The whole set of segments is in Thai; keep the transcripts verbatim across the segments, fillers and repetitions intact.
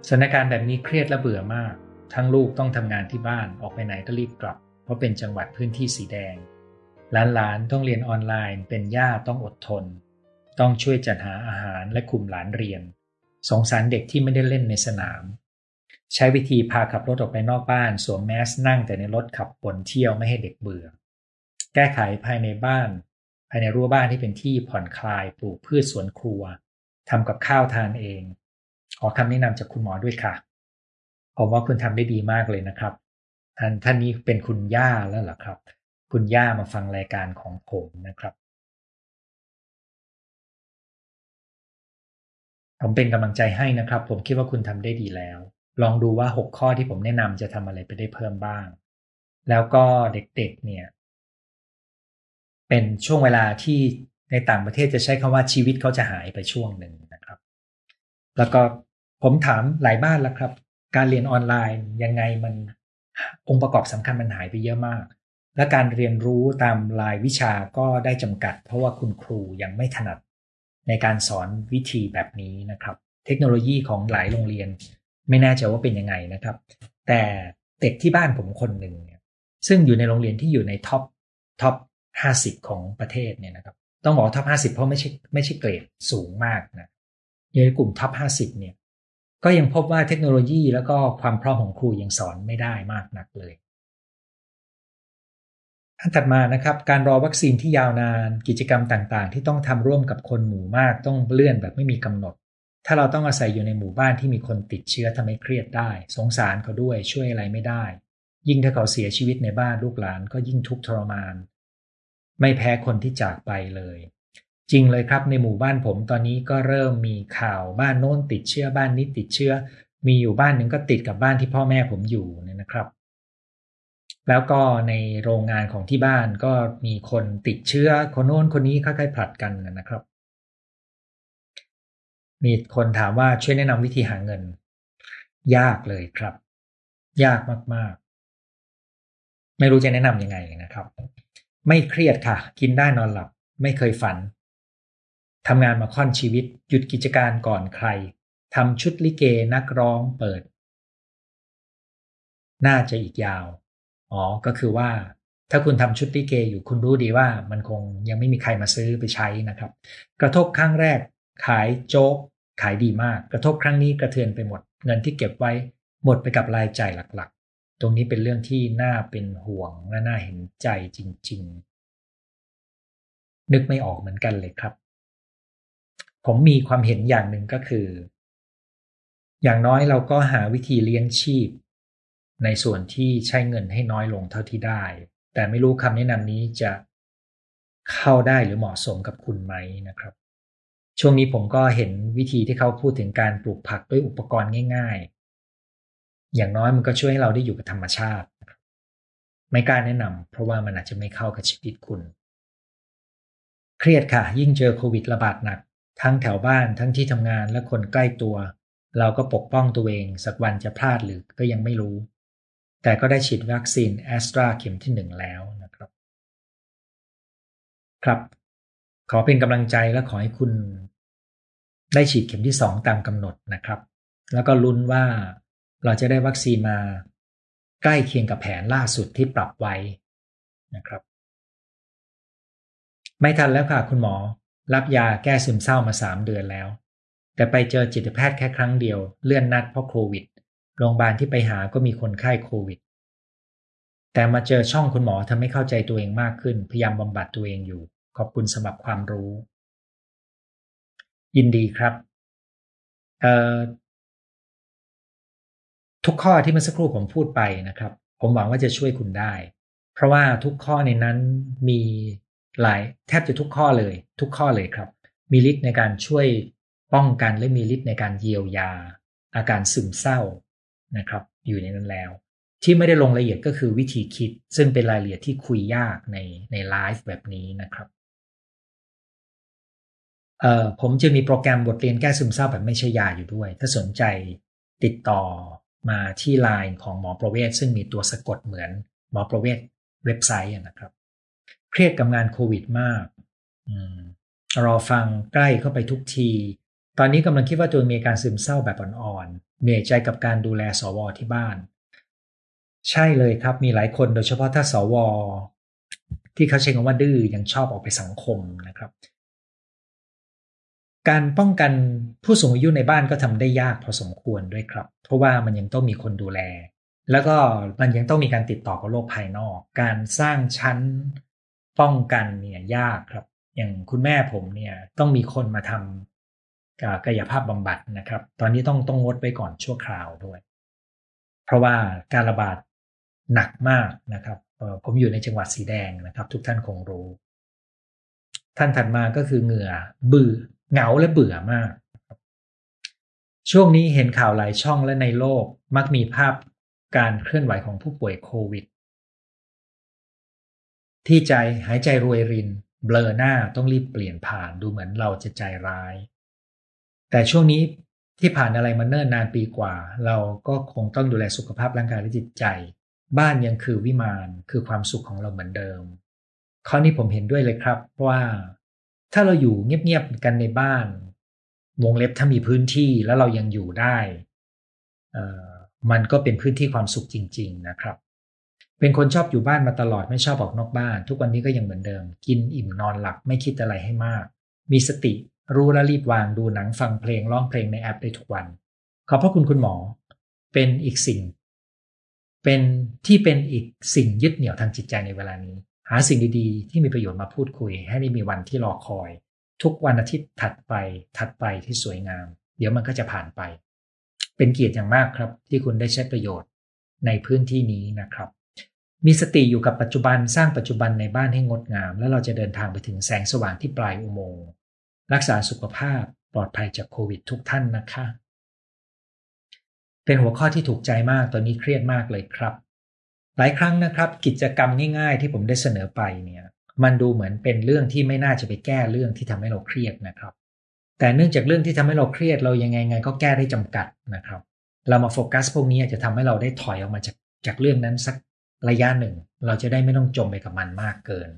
สถานการณ์แบบนี้เครียดและเบื่อมากทั้งลูกต้องทำงานที่บ้านออกไปไหนก็รีบกลับเพราะเป็นจังหวัดพื้นที่สีแดงหลานๆต้องเรียนออนไลน์เป็นย่าต้องอดทนต้องช่วยจัดหาอาหารและคุมหลานเรียนสงสารเด็กที่ไม่ได้เล่นในสนามใช้วิธีพาขับรถออกไปนอกบ้านสวมแมสนั่งแต่ในรถขับวนเที่ยวไม่ให้เด็กเบื่อแก้ไขภายในบ้านภายในรั้วบ้านที่เป็นที่ผ่อนคลายปลูกพืชสวนครัวทำกับข้าวทานเองขอคำแนะนำจากคุณหมอด้วยค่ะผมว่าคุณทำได้ดีมากเลยนะครับท่านท่านนี้เป็นคุณย่าแล้วเหรอครับคุณย่ามาฟังรายการของผมนะครับผมเป็นกำลังใจให้นะครับผมคิดว่าคุณทำได้ดีแล้วลองดูว่าหกข้อที่ผมแนะนำจะทำอะไรไปได้เพิ่มบ้างแล้วก็เด็กๆเนี่ยเป็นช่วงเวลาที่ในต่างประเทศจะใช้คำว่าชีวิตเขาจะหายไปช่วงหนึ่งนะครับแล้วก็ผมถามหลายบ้านแล้วครับการเรียนออนไลน์ยังไงมันองค์ประกอบสำคัญมันหายไปเยอะมากและการเรียนรู้ตามรายวิชาก็ได้จำกัดเพราะว่าคุณครูยังไม่ถนัดในการสอนวิธีแบบนี้นะครับเทคโนโลยีของหลายโรงเรียนไม่แน่ใจว่าเป็นยังไงนะครับแต่เด็กที่บ้านผมคนหนึ่งเนี่ยซึ่งอยู่ในโรงเรียนที่อยู่ในท็อปท็อปห้าสิบของประเทศเนี่ยนะครับต้องบอกท็อปห้าสิบเพราะไม่ใช่ไม่ใช่เกรดสูงมากนะอยู่ในกลุ่มท็อปห้าสิบเนี่ยก็ยังพบว่าเทคโนโลยีแล้วก็ความพร้อมของครูยังสอนไม่ได้มากนักเลยอันถัดมานะครับการรอวัคซีนที่ยาวนานกิจกรรมต่างๆที่ต้องทำร่วมกับคนหมู่มากต้องเลื่อนแบบไม่มีกำหนดถ้าเราต้องอาศัยอยู่ในหมู่บ้านที่มีคนติดเชื้อทำให้เครียดได้สงสารเขาด้วยช่วยอะไรไม่ได้ยิ่งถ้าเขาเสียชีวิตในบ้านลูกหลานก็ยิ่งทุกข์ทรมานไม่แพ้คนที่จากไปเลยจริงเลยครับในหมู่บ้านผมตอนนี้ก็เริ่มมีข่าวบ้านโน้นติดเชื้อบ้านนี้ติดเชื้อมีอยู่บ้านหนึ่งก็ติดกับบ้านที่พ่อแม่ผมอยู่เนี่ยนะครับแล้วก็ในโรงงานของที่บ้านก็มีคนติดเชื้อคนโน้นคนนี้ค่อยๆผลัดกันนะครับมีคนถามว่าช่วยแนะนำวิธีหาเงินยากเลยครับยากมากๆไม่รู้จะแนะนำยังไงนะครับไม่เครียดค่ะกินได้นอนหลับไม่เคยฝัน ทำงานมาค่อนชีวิตหยุดกิจการก่อนใครทำชุดลิเกนักร้องเปิดน่าจะอีกยาวอ๋อก็คือว่าถ้าคุณทำชุดลิเกอยู่คุณรู้ดีว่ามันคงยังไม่มีใครมาซื้อไปใช้นะครับกระทบครั้งแรกขายโจ๊กขายดีมากกระทบครั้งนี้กระเทือนไปหมดเงินที่เก็บไว้หมดไปกับรายจ่ายหลักๆตรงนี้เป็นเรื่องที่น่าเป็นห่วงและน่าเห็นใจจริงๆนึกไม่ออกเหมือนกันเลยครับ ผมมีความเห็นอย่างหนึ่งก็คืออย่างน้อยเราก็หาวิธีเลี้ยงชีพในส่วนที่ใช้เงินให้น้อยลงเท่าที่ได้แต่ไม่รู้คำแนะนำนี้จะเข้าได้หรือเหมาะสมกับคุณไหมนะครับช่วงนี้ผมก็เห็นวิธีที่เขาพูดถึงการปลูกผักด้วยอุปกรณ์ง่ายๆอย่างน้อยมันก็ช่วยให้เราได้อยู่กับธรรมชาติไม่กล้าแนะนำเพราะว่ามันอาจจะไม่เข้ากับชีวิตคุณเครียดค่ะยิ่งเจอโควิดระบาดหนักทั้งแถวบ้านทั้งที่ทำงานและคนใกล้ตัวเราก็ปกป้องตัวเองสักวันจะพลาดหรือก็ยังไม่รู้แต่ก็ได้ฉีดวัคซีนแอสตราเข็มที่หนึ่งแล้วนะครับครับขอเป็นกำลังใจและขอให้คุณได้ฉีดเข็มที่สองตามกำหนดนะครับแล้วก็ลุ้นว่าเราจะได้วัคซีนมาใกล้เคียงกับแผนล่าสุดที่ปรับไว้นะครับ ไม่ทันแล้วค่ะคุณหมอรับยาแก้ซึมเศร้ามาสามเดือนแล้วแต่ไปเจอจิตแพทย์แค่ครั้งเดียวเลื่อนนัดเพราะโควิดโรงพยาบาลที่ไปหาก็มีคนไข้โควิดแต่มาเจอช่องคุณหมอทำให้เข้าใจตัวเองมากขึ้นพยายามบำบัดตัวเองอยู่ขอบคุณสำหรับความรู้ยินดีครับเอ่อทุกข้อที่เมื่อสักครู่ผมพูดไปนะครับผมหวังว่าจะช่วยคุณได้เพราะว่าทุกข้อในนั้นมีหลายแทบจะทุกข้อเลยทุกข้อเลยครับมีฤทธิ์ในการช่วยป้องกันและมีฤทธิ์ในการเยียวยาอาการซึมเศร้านะครับอยู่ในนั้นแล้วที่ไม่ได้ลงรายละเอียดก็คือวิธีคิดซึ่งเป็นรายละเอียดที่คุยยากในในไลฟ์แบบนี้นะครับเอ่อผมจะมีโปรแกรมบทเรียนแก้ซึมเศร้าแบบไม่ใช่ยาอยู่ด้วยถ้าสนใจติดต่อมาที่ ไลน์ ของหมอประเวศซึ่งมีตัวสะกดเหมือนหมอประเวศเว็บไซต์นะครับเครียดกับงานโควิดมากอืมรอฟังใกล้เข้าไปทุกทีตอนนี้กำลังคิดว่าตัวเองมีอาการซึมเศร้าแบบอ่อนเหนื่อยใจกับการดูแลสวที่บ้านใช่เลยครับมีหลายคนโดยเฉพาะถ้าสวที่เขาใช้คำว่าดื้อยังชอบออกไปสังคมนะครับการป้องกันผู้สูงอายุในบ้านก็ทำได้ยากพอสมควรด้วยครับเพราะว่ามันยังต้องมีคนดูแลแล้วก็มันยังต้องมีการติดต่อกับโลกภายนอกการสร้างชั้นป้องกันเนี่ยยากครับอย่างคุณแม่ผมเนี่ยต้องมีคนมาทำกายภาพบำบัดนะครับตอนนี้ต้องต้องงดไว้ก่อนชั่วคราวด้วยเพราะว่าการระบาดหนักมากนะครับผมอยู่ในจังหวัดสีแดงนะครับทุกท่านคงรู้ท่านถัดมาก็คือเหงื่อเบื่อเหงาและเบื่อมากช่วงนี้เห็นข่าวหลายช่องและในโลกมักมีภาพการเคลื่อนไหวของผู้ป่วยโควิดที่ใจหายใจรวยรินเบลอหน้าต้องรีบเปลี่ยนผ่านดูเหมือนเราจะใจร้ายแต่ช่วงนี้ที่ผ่านอะไรมาเนิ่นนานปีกว่าเราก็คงต้องดูแลสุขภาพร่างกายและจิตใจบ้านยังคือวิมานคือความสุขของเราเหมือนเดิมข้อนี้ผมเห็นด้วยเลยครับว่าถ้าเราอยู่เงียบๆกันในบ้านวงเล็บถ้ามีพื้นที่แล้วเรายังอยู่ได้มันก็เป็นพื้นที่ความสุขจริงๆนะครับเป็นคนชอบอยู่บ้านมาตลอดไม่ชอบออกนอกบ้านทุกวันนี้ก็ยังเหมือนเดิมกินอิ่มนอนหลับไม่คิดอะไรให้มากมีสติรู้และรีบวางดูหนังฟังเพลงร้องเพลงในแอปได้ทุกวันขอบพระคุณคุณหมอเป็นอีกสิ่งเป็นที่เป็นอีกสิ่งยึดเหนี่ยวทางจิตใจในเวลานี้หาสิ่งดีๆที่มีประโยชน์มาพูดคุยให้ได้มีวันที่รอคอยทุกวันอาทิตย์ถัดไปถัดไปที่สวยงามเดี๋ยวมันก็จะผ่านไปเป็นเกียรติอย่างมากครับที่คุณได้ใช้ประโยชน์ในพื้นที่นี้นะครับมีสติอยู่กับปัจจุบันสร้างปัจจุบันในบ้านให้งดงามแล้วเราจะเดินทางไปถึงแสงสว่างที่ปลายอุโมงค์รักษาสุขภาพปลอดภัยจากโควิดทุกท่านนะคะเป็นหัวข้อที่ถูกใจมากตอนนี้เครียดมากเลยครับหลายครั้งนะครับกิจกรรมง่ายๆที่ผมได้เสนอไปเนี่ยมันดูเหมือนเป็นเรื่องที่ไม่น่าจะไปแก้เรื่องที่ทำให้เราเครียดนะครับแต่เนื่องจากเรื่องที่ทำให้เราเครียดเรายังไงไงก็แก้ได้จำกัดนะครับเรามาโฟกัสพวกนี้จะทำให้เราได้ถอยออกมาจากจากเรื่องนั้นสักระยะหนึ่งเราจะได้ไม่ต้องจมไปกับมันมากเกิน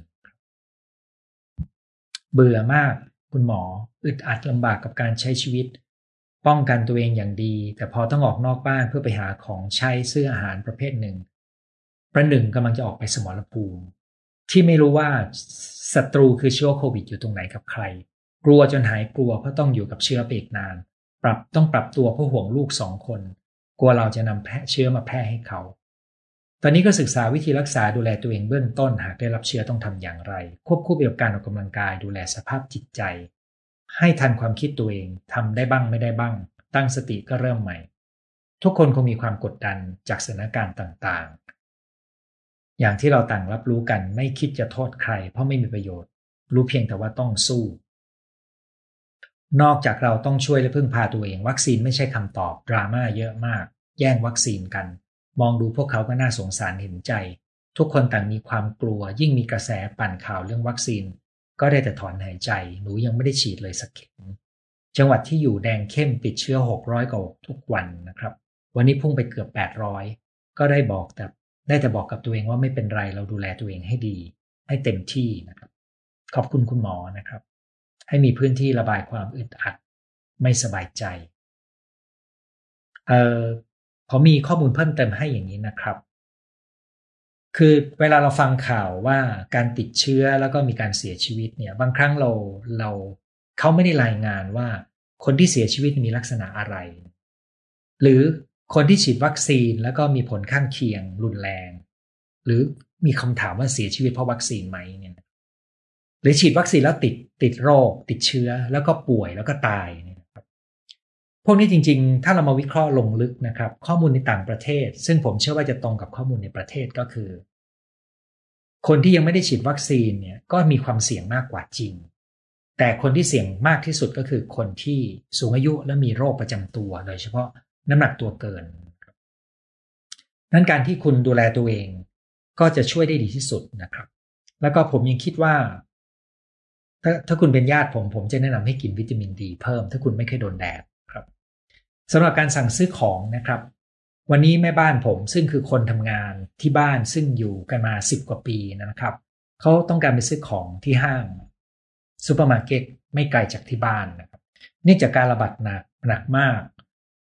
เบื่อมากคุณหมออึดอัดลำบากกับการใช้ชีวิตป้องกันตัวเองอย่างดีแต่พอต้องออกนอกบ้านเพื่อไปหาของใช้ซื้ออาหารประเภทหนึ่งประหนึ่งกำลังจะออกไปสมรภูมิที่ไม่รู้ว่าศัตรูคือเชื้อโควิดอยู่ตรงไหนกับใครกลัวจนหายกลัวเพราะต้องอยู่กับเชื้อไปอีกนานปรับต้องปรับตัวเพราะห่วงลูกสองคนกลัวเราจะนำแพร่เชื้อมาแพร่ให้เขาตอนนี้ก็ศึกษาวิธีรักษาดูแลตัวเองเบื้องต้นหากได้รับเชื้อต้องทำอย่างไรควบคู่ไปกับการออกกำลังกายดูแลสภาพจิตใจให้ทันความคิดตัวเองทำได้บ้างไม่ได้บ้างตั้งสติก็เริ่มใหม่ทุกคนคงมีความกดดันจากสถานการณ์ต่างๆอย่างที่เราต่างรับรู้กันไม่คิดจะโทษใครเพราะไม่มีประโยชน์รู้เพียงแต่ว่าต้องสู้นอกจากเราต้องช่วยและพึ่งพาตัวเองวัคซีนไม่ใช่คำตอบดราม่าเยอะมากแย่งวัคซีนกันมองดูพวกเขาก็น่าสงสารเห็นใจทุกคนต่างมีความกลัวยิ่งมีกระแสปั่นข่าวเรื่องวัคซีนก็ได้แต่ถอนหายใจหนูยังไม่ได้ฉีดเลยสักเข็มจังหวัดที่อยู่แดงเข้มติดเชื้อหกร้อยกว่าทุกวันนะครับวันนี้พุ่งไปเกือบแปดร้อยก็ได้บอกแต่ได้แต่บอกกับตัวเองว่าไม่เป็นไรเราดูแลตัวเองให้ดีให้เต็มที่นะครับขอบคุณคุณหมอนะครับให้มีพื้นที่ระบายความอึดอัดไม่สบายใจเอ่อผมมีข้อมูลเพิ่มเติมให้อย่างนี้นะครับคือเวลาเราฟังข่าวว่าการติดเชื้อแล้วก็มีการเสียชีวิตเนี่ยบางครั้งเราเราเขาไม่ได้รายงานว่าคนที่เสียชีวิตมีลักษณะอะไรหรือคนที่ฉีดวัคซีนแล้วก็มีผลข้างเคียงรุนแรงหรือมีคำถามว่าเสียชีวิตเพราะวัคซีนไหมเนี่ยหรือฉีดวัคซีนแล้วติดติดโรคติดเชื้อแล้วก็ป่วยแล้วก็ตายเนี่ยนะครับพวกนี้จริงๆถ้าเรามาวิเคราะห์ลงลึกนะครับข้อมูลในต่างประเทศซึ่งผมเชื่อว่าจะตรงกับข้อมูลในประเทศก็คือคนที่ยังไม่ได้ฉีดวัคซีนเนี่ยก็มีความเสี่ยงมากกว่าจริงแต่คนที่เสี่ยงมากที่สุดก็คือคนที่สูงอายุและมีโรคประจำตัวโดยเฉพาะน้ำหนักตัวเกินนั้นการที่คุณดูแลตัวเองก็จะช่วยได้ดีที่สุดนะครับแล้วก็ผมยังคิดว่าถ้าถ้าคุณเป็นญาติผมผมจะแนะนำให้กินวิตามินดีเพิ่มถ้าคุณไม่เคยโดนแดดครับสำหรับการสั่งซื้อของนะครับวันนี้แม่บ้านผมซึ่งคือคนทำงานที่บ้านซึ่งอยู่กันมาสิบกว่าปีนะครับเขาต้องการไปซื้อของที่ห้างซูเปอร์มาร์เก็ตไม่ไกลจากที่บ้านนะครับเนื่องจากการระบาดหนักหนักมาก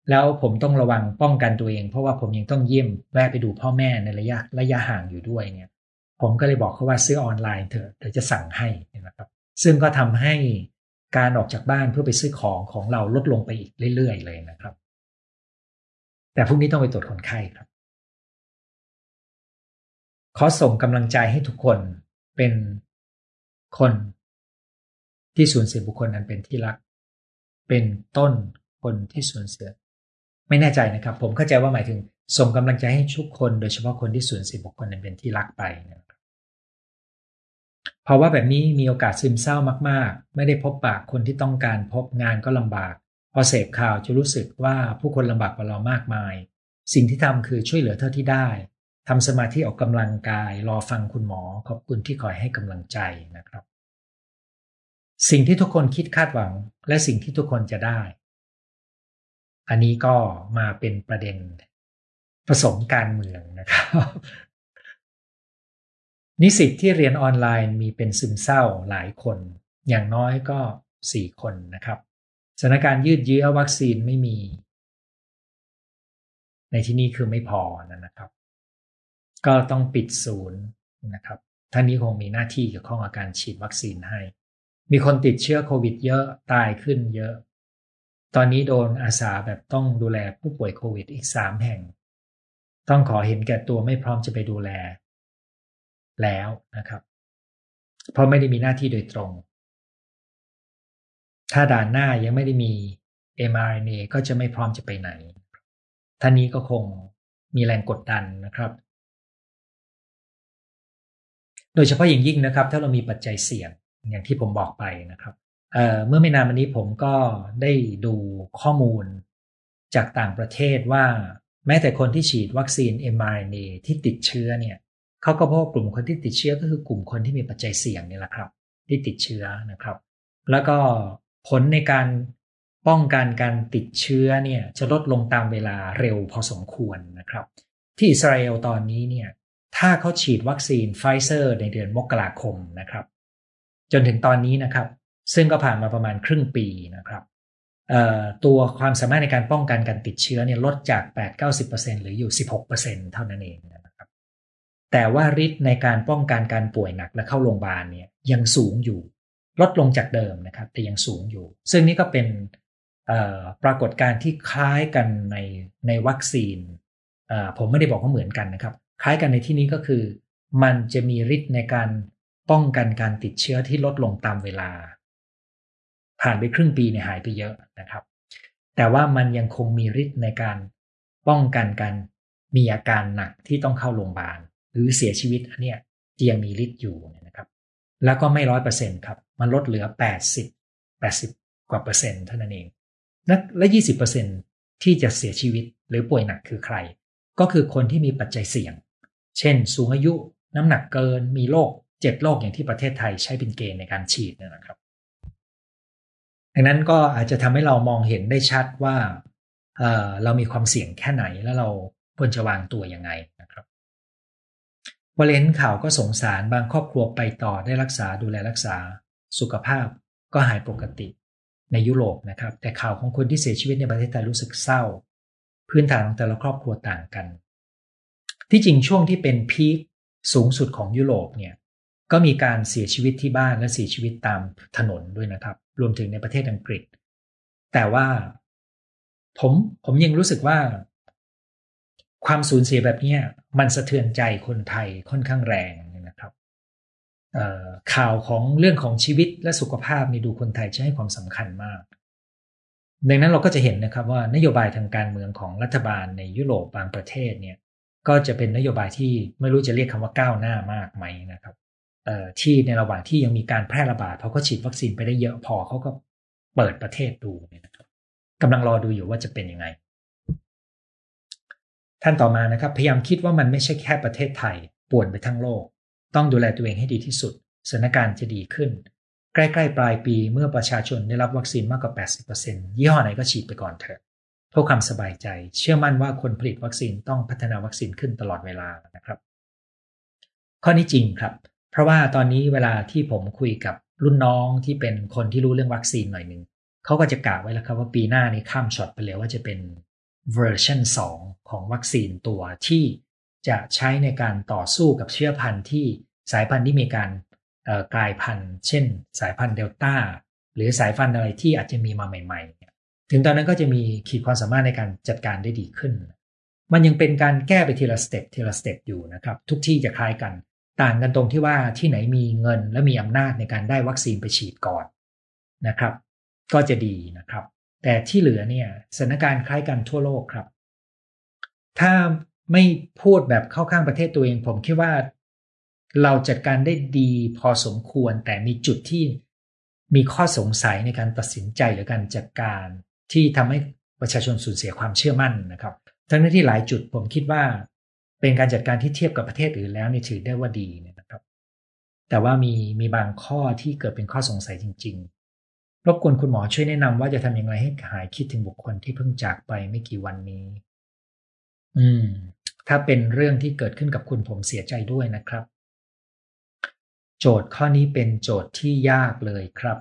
แล้วผมต้องระวังป้องกันตัวเองเพราะว่าผมยังต้องเยี่ยมแวะไปดูพ่อแม่ในระยะระยะห่างอยู่ด้วยเนี่ยผมก็เลยบอกเขาว่าซื้อออนไลน์เถอะเดี๋ยวจะสั่งให้นะครับซึ่งก็ทำให้การออกจากบ้านเพื่อไปซื้อของของเราลดลงไปอีกเรื่อยๆเลยนะครับแต่พรุ่งนี้ต้องไปตรวจคนไข้ครับขอส่งกำลังใจให้ทุกคนเป็นคนที่สูญเสียบุคคลนั้นเป็นที่รักเป็นต้นคนที่สูญเสียไม่แน่ใจนะครับผมเข้าใจว่าหมายถึงส่งกำลังใจให้ทุกคนโดยเฉพาะคนที่สูญเสียบุคคลนั้นเป็นที่รักไปนะครับเพราะว่าแบบนี้มีโอกาสซึมเศร้ามากๆไม่ได้พบปะคนที่ต้องการพบงานก็ลำบากพอเสพข่าวจะรู้สึกว่าผู้คนลำบากกว่าเรามากมายสิ่งที่ทำคือช่วยเหลือเท่าที่ได้ทำสมาธิออกกำลังกายรอฟังคุณหมอขอบคุณที่คอยให้กำลังใจนะครับสิ่งที่ทุกคนคิดคาดหวังและสิ่งที่ทุกคนจะได้อันนี้ก็มาเป็นประเด็นผสมการเมืองนะครับนิสิตที่เรียนออนไลน์มีเป็นซึมเศร้าหลายคนอย่างน้อยก็สี่คนนะครับสถานการณ์ยืดเยื้อวัคซีนไม่มีในที่นี้คือไม่พอนะครับก็ต้องปิดศูนย์นะครับท่านนี้คงมีหน้าที่เกี่ยวข้องกับการฉีดวัคซีนให้มีคนติดเชื้อโควิดเยอะตายขึ้นเยอะตอนนี้โดนอาสาแบบต้องดูแลผู้ป่วยโควิดอีกสามแห่งต้องขอเห็นแก่ตัวไม่พร้อมจะไปดูแลแล้วนะครับเพราะไม่ได้มีหน้าที่โดยตรงถ้าด่านหน้ายังไม่ได้มี เอ็ม อาร์ เอ็น เอ ก็จะไม่พร้อมจะไปไหนท่านนี้ก็คงมีแรงกดดันนะครับโดยเฉพาะอย่างยิ่งนะครับถ้าเรามีปัจจัยเสี่ยงอย่างที่ผมบอกไปนะครับเอ่อเมื่อไม่นานมานี้ผมก็ได้ดูข้อมูลจากต่างประเทศว่าแม้แต่คนที่ฉีดวัคซีน เอ็ม อาร์ เอ็น เอ ที่ติดเชื้อเนี่ยเขาก็พบว่ากลุ่มคนที่ติดเชื้อก็คือกลุ่มคนที่มีปัจจัยเสี่ยงนี่แหละครับที่ติดเชื้อนะครับแล้วก็ผลในการป้องกันการติดเชื้อเนี่ยจะลดลงตามเวลาเร็วพอสมควรนะครับที่อิสราเอลตอนนี้เนี่ยถ้าเขาฉีดวัคซีนไฟเซอร์ในเดือนมกราคมนะครับจนถึงตอนนี้นะครับซึ่งก็ผ่านมาประมาณครึ่งปีนะครับตัวความสามารถในการป้องกันการติดเชื้อเนี่ยลดจาก แปดถึงเก้าสิบเปอร์เซ็นต์ หรืออยู่ สิบหกเปอร์เซ็นต์ เท่านั้นเองนะครับแต่ว่าฤทธิ์ในการป้องกันการป่วยหนักและเข้าโรงพยาบาลเนี่ยยังสูงอยู่ลดลงจากเดิมนะครับแต่ยังสูงอยู่ซึ่งนี่ก็เป็นปรากฏการณ์ที่คล้ายกันในในวัคซีนผมไม่ได้บอกว่าเหมือนกันนะครับคล้ายกันในที่นี้ก็คือมันจะมีฤทธิ์ในการป้องกันการติดเชื้อที่ลดลงตามเวลาผ่านไปครึ่งปีเนี่ยหายไปเยอะนะครับแต่ว่ามันยังคงมีฤทธิ์ในการป้องกันการมีอาการหนักที่ต้องเข้าโรงพยาบาลหรือเสียชีวิตอันเนี้ยยังมีฤทธิ์อยู่นะครับแล้วก็ไม่ ร้อยเปอร์เซ็นต์ ครับมันลดเหลือแปดสิบ แปดสิบกว่าเปอร์เซ็นต์เท่านั้นเองและ ยี่สิบเปอร์เซ็นต์ ที่จะเสียชีวิตหรือป่วยหนักคือใครก็คือคนที่มีปัจจัยเสี่ยงเช่นสูงอายุน้ำหนักเกินมีโรคเจ็ดโรคอย่างที่ประเทศไทยใช้เป็นเกณฑ์ในการฉีดนะครับดังนั้นก็อาจจะทำให้เรามองเห็นได้ชัดว่า เอ่อ เรามีความเสี่ยงแค่ไหนแล้วเราควรจะวางตัวยังไงนะครับพอเห็นข่าวก็สงสารบางครอบครัวไปต่อได้รักษาดูแลรักษาสุขภาพก็หายปกติในยุโรปนะครับแต่ข่าวของคนที่เสียชีวิตในประเทศไทยรู้สึกเศร้าพื้นฐานของแต่ละครอบครัวต่างกันที่จริงช่วงที่เป็นพีคสูงสุดของยุโรปเนี่ยก็มีการเสียชีวิตที่บ้านและเสียชีวิตตามถนนด้วยนะครับรวมถึงในประเทศอังกฤษแต่ว่าผมผมยังรู้สึกว่าความสูญเสียแบบนี้มันสะเทือนใจคนไทยค่อนข้างแรงนะครับข่าวของเรื่องของชีวิตและสุขภาพนี่ดูคนไทยจะให้ความสำคัญมากดังนั้นเราก็จะเห็นนะครับว่านโยบายทางการเมืองของรัฐบาลในยุโรปบางประเทศเนี่ยก็จะเป็นนโยบายที่ไม่รู้จะเรียกคำว่าก้าวหน้ามากไหมนะครับที่ในระหว่างที่ยังมีการแพร่ระบาดเขาก็ฉีดวัคซีนไปได้เยอะพอเขาก็เปิดประเทศดูนะครับกำลังรอดูอยู่ว่าจะเป็นยังไงท่านต่อมานะครับพยายามคิดว่ามันไม่ใช่แค่ประเทศไทยป่วนไปทั้งโลกต้องดูแลตัวเองให้ดีที่สุดสถานการณ์จะดีขึ้นใกล้ๆปลายปีเมื่อประชาชนได้รับวัคซีนมากกว่า แปดสิบเปอร์เซ็นต์ ยี่ห้อไหนก็ฉีดไปก่อนเถอะเพื่อความสบายใจเชื่อมั่นว่าคนผลิตวัคซีนต้องพัฒนาวัคซีนขึ้นตลอดเวลานะครับข้อนี้จริงครับเพราะว่าตอนนี้เวลาที่ผมคุยกับรุ่นน้องที่เป็นคนที่รู้เรื่องวัคซีนหน่อยนึงเขาก็จะกล่าวไว้แล้วครับว่าปีหน้านี้ข้ามช็อตไปเลยว่าจะเป็นเวอร์ชันสองของวัคซีนตัวที่จะใช้ในการต่อสู้กับเชื้อพันธุ์ที่สายพันธุ์ที่มีการกลายพันธุ์เช่นสายพันธุ์เดลต้าหรือสายพันธุ์อะไรที่อาจจะมีมาใหม่ๆถึงตอนนั้นก็จะมีขีดความสามารถในการจัดการได้ดีขึ้นมันยังเป็นการแก้ไปทีละสเต็ปทีละสเต็ปอยู่นะครับทุกที่จะคล้ายกันต่างกันตรงที่ว่าที่ไหนมีเงินและมีอำนาจในการได้วัคซีนไปฉีดก่อนนะครับก็จะดีนะครับแต่ที่เหลือเนี่ยสถานการณ์คล้ายกันทั่วโลกครับถ้าไม่พูดแบบเข้าข้างประเทศตัวเองผมคิดว่าเราจัดการได้ดีพอสมควรแต่มีจุดที่มีข้อสงสัยในการตัดสินใจหรือการจัดการที่ทำให้ประชาชนสูญเสียความเชื่อมั่นนะครับทั้งที่หลายจุดผมคิดว่าเป็นการจัดการที่เทียบกับประเทศอื่นแล้วนี่ถือได้ว่าดีนะครับแต่ว่ามีมีบางข้อที่เกิดเป็นข้อสงสัยจริงๆรบกวนคุณหมอช่วยแนะนำว่าจะทำอย่างไรให้หายคิดถึงบุคคลที่เพิ่งจากไปไม่กี่วันนี้อืมถ้าเป็นเรื่องที่เกิดขึ้นกับคุณผมเสียใจด้วยนะครับโจทย์ข้อนี้เป็นโจทย์ที่ยากเลยครับ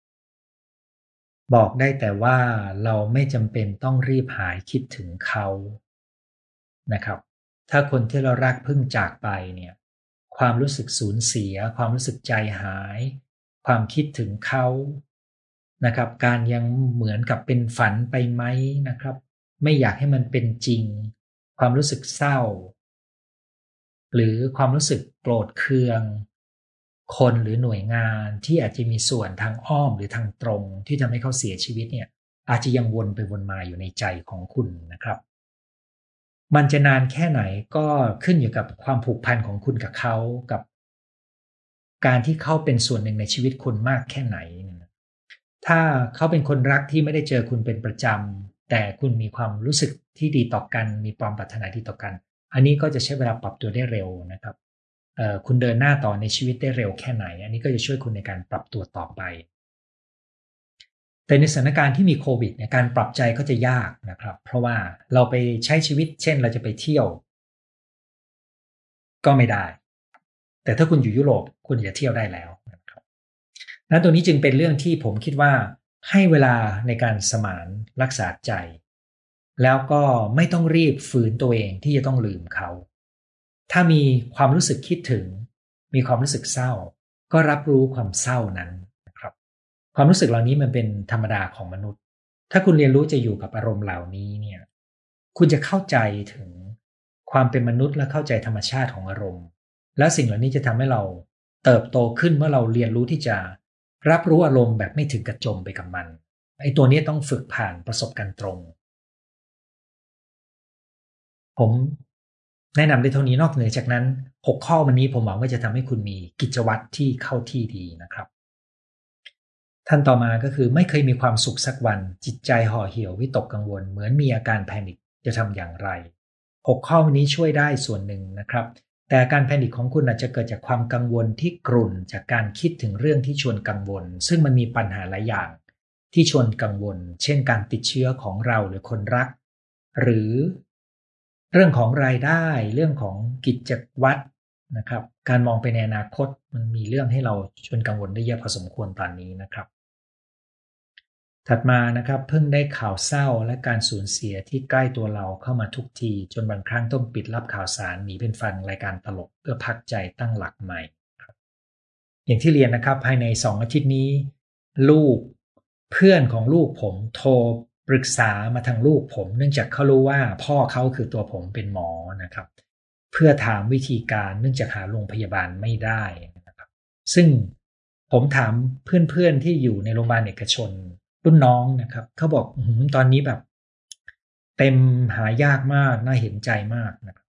บอกได้แต่ว่าเราไม่จำเป็นต้องรีบหายคิดถึงเขานะครับถ้าคนที่เรารักเพิ่งจากไปเนี่ยความรู้สึกสูญเสียความรู้สึกใจหายความคิดถึงเขานะครับการยังเหมือนกับเป็นฝันไปไหมนะครับไม่อยากให้มันเป็นจริงความรู้สึกเศร้าหรือความรู้สึกโกรธเคืองคนหรือหน่วยงานที่อาจจะมีส่วนทางอ้อมหรือทางตรงที่ทำให้เขาเสียชีวิตเนี่ยอาจจะยังวนไปวนมาอยู่ในใจของคุณนะครับมันจะนานแค่ไหนก็ขึ้นอยู่กับความผูกพันของคุณกับเขากับการที่เขาเป็นส่วนหนึ่งในชีวิตคุณมากแค่ไหนถ้าเขาเป็นคนรักที่ไม่ได้เจอคุณเป็นประจำแต่คุณมีความรู้สึกที่ดีต่อกันมีความปรารถนาดีต่อกันอันนี้ก็จะใช้เวลาปรับตัวได้เร็วนะครับคุณเดินหน้าต่อในชีวิตได้เร็วแค่ไหนอันนี้ก็จะช่วยคุณในการปรับตัวต่อไปแต่ในสถานการณ์ที่มีโควิดเนี่ยการปรับใจก็จะยากนะครับเพราะว่าเราไปใช้ชีวิตเช่นเราจะไปเที่ยวก็ไม่ได้แต่ถ้าคุณอยู่ยุโรปคุณจะเที่ยวได้แล้วนะครับนั้นตรงนี้จึงเป็นเรื่องที่ผมคิดว่าให้เวลาในการสมานรักษาใจแล้วก็ไม่ต้องรีบฝืนตัวเองที่จะต้องลืมเขาถ้ามีความรู้สึกคิดถึงมีความรู้สึกเศร้าก็รับรู้ความเศร้านั้นนะครับความรู้สึกเหล่านี้มันเป็นธรรมดาของมนุษย์ถ้าคุณเรียนรู้จะอยู่กับอารมณ์เหล่านี้เนี่ยคุณจะเข้าใจถึงความเป็นมนุษย์และเข้าใจธรรมชาติของอารมณ์และสิ่งเหล่านี้จะทำให้เราเติบโตขึ้นเมื่อเราเรียนรู้ที่จะรับรู้อารมณ์แบบไม่ถึงกับจมไปกับมันไอ้ตัวนี้ต้องฝึกผ่านประสบการณ์ตรงผมแนะนำได้เท่านี้นอกเหนือจากนั้นหกข้อวันนี้ผมหวังว่าจะทำให้คุณมีกิจวัตรที่เข้าที่ดีนะครับท่านต่อมาก็คือไม่เคยมีความสุขสักวันจิตใจห่อเหี่ยววิตกกังวลเหมือนมีอาการแพนิคจะทำอย่างไรหกข้อวันนี้ช่วยได้ส่วนหนึ่งนะครับแต่อาการแพนิคของคุณอาจจะเกิดจากความกังวลที่กรุ่นจากการคิดถึงเรื่องที่ชวนกังวลซึ่งมันมีปัญหาหลายอย่างที่ชวนกังวลเช่นการติดเชื้อของเราหรือคนรักหรือเรื่องของรายได้เรื่องของกิจวัตรนะครับการมองไปในอนาคตมันมีเรื่องให้เราชวนกังวลได้เยอะพอสมควรตอนนี้นะครับถัดมานะครับเพิ่งได้ข่าวเศร้าและการสูญเสียที่ใกล้ตัวเราเข้ามาทุกทีจนบางครั้งต้องปิดรับข่าวสารหนีเป็นฟังรายการตลกเพื่อพักใจตั้งหลักใหม่ครับอย่างที่เรียนนะครับภายในสองอาทิตย์นี้ลูกเพื่อนของลูกผมโทรปรึกษามาทางลูกผมเนื่องจากเขารู้ว่าพ่อเขาคือตัวผมเป็นหมอนะครับเพื่อถามวิธีการเนื่องจากหาโรงพยาบาลไม่ได้นะครับซึ่งผมถามเพื่อนๆที่อยู่ในโรงพยาบาลเอกชนรุ่นน้องนะครับเขาบอกตอนนี้แบบเต็มหายากมากน่าเห็นใจมากนะครับ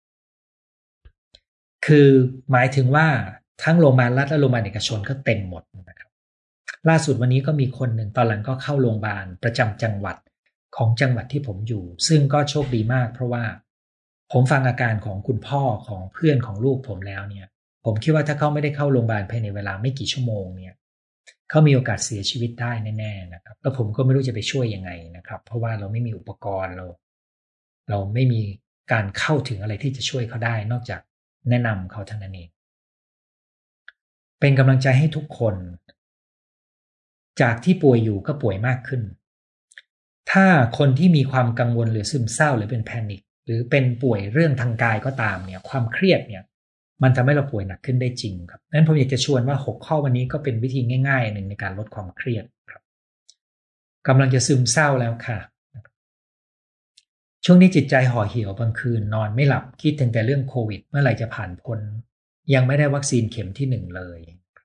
คือหมายถึงว่าทั้งโรงพยาบาลรัฐและโรงพยาบาลเอกชนก็เต็มหมดนะครับล่าสุดวันนี้ก็มีคนหนึ่งตอนหลังก็เข้าโรงพยาบาลประจำจังหวัดของจังหวัดที่ผมอยู่ซึ่งก็โชคดีมากเพราะว่าผมฟังอาการของคุณพ่อของเพื่อนของลูกผมแล้วเนี่ยผมคิดว่าถ้าเขาไม่ได้เข้าโรงพยาบาลภายในเวลาไม่กี่ชั่วโมงเนี่ยเขามีโอกาสเสียชีวิตได้แน่ๆนะครับแล้วผมก็ไม่รู้จะไปช่วยยังไงนะครับเพราะว่าเราไม่มีอุปกรณ์เราเราไม่มีการเข้าถึงอะไรที่จะช่วยเขาได้นอกจากแนะนำเขาเท่านั้นเองเป็นกำลังใจให้ทุกคนจากที่ป่วยอยู่ก็ป่วยมากขึ้นถ้าคนที่มีความกังวลหรือซึมเศร้าหรือเป็นแพนิคหรือเป็นป่วยเรื่องทางกายก็ตามเนี่ยความเครียดเนี่ยมันทำให้เราป่วยหนักขึ้นได้จริงครับนั้นผมอยากจะชวนว่าหกข้อวันนี้ก็เป็นวิธีง่ายๆหนึ่งในการลดความเครียดครับกำลังจะซึมเศร้าแล้วค่ะช่วงนี้จิตใจห่อเหี่ยวบางคืนนอนไม่หลับคิดถึงแต่เรื่องโควิดเมื่อไหร่จะผ่านพ้นยังไม่ได้วัคซีนเข็มที่หนึ่งเลย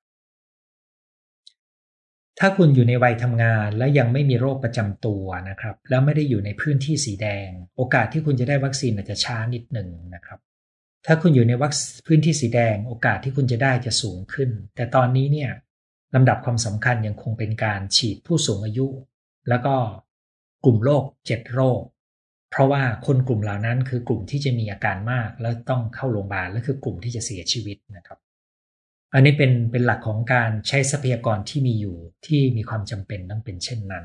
ถ้าคุณอยู่ในวัยทำงานและยังไม่มีโรคประจำตัวนะครับแล้วไม่ได้อยู่ในพื้นที่สีแดงโอกาสที่คุณจะได้วัคซีนอาจจะช้านิดหนึ่งนะครับถ้าคุณอยู่ในวัคพื้นที่สีแดงโอกาสที่คุณจะได้จะสูงขึ้นแต่ตอนนี้เนี่ยลำดับความสำคัญยังคงเป็นการฉีดผู้สูงอายุแล้วก็กลุ่มโรคเจ็ดโรคเพราะว่าคนกลุ่มเหล่านั้นคือกลุ่มที่จะมีอาการมากแล้วต้องเข้าโรงพยาบาลและคือกลุ่มที่จะเสียชีวิตนะครับอันนี้เป็นเป็นหลักของการใช้ทรัพยากรที่มีอยู่ที่มีความจำเป็นต้องเป็นเช่นนั้น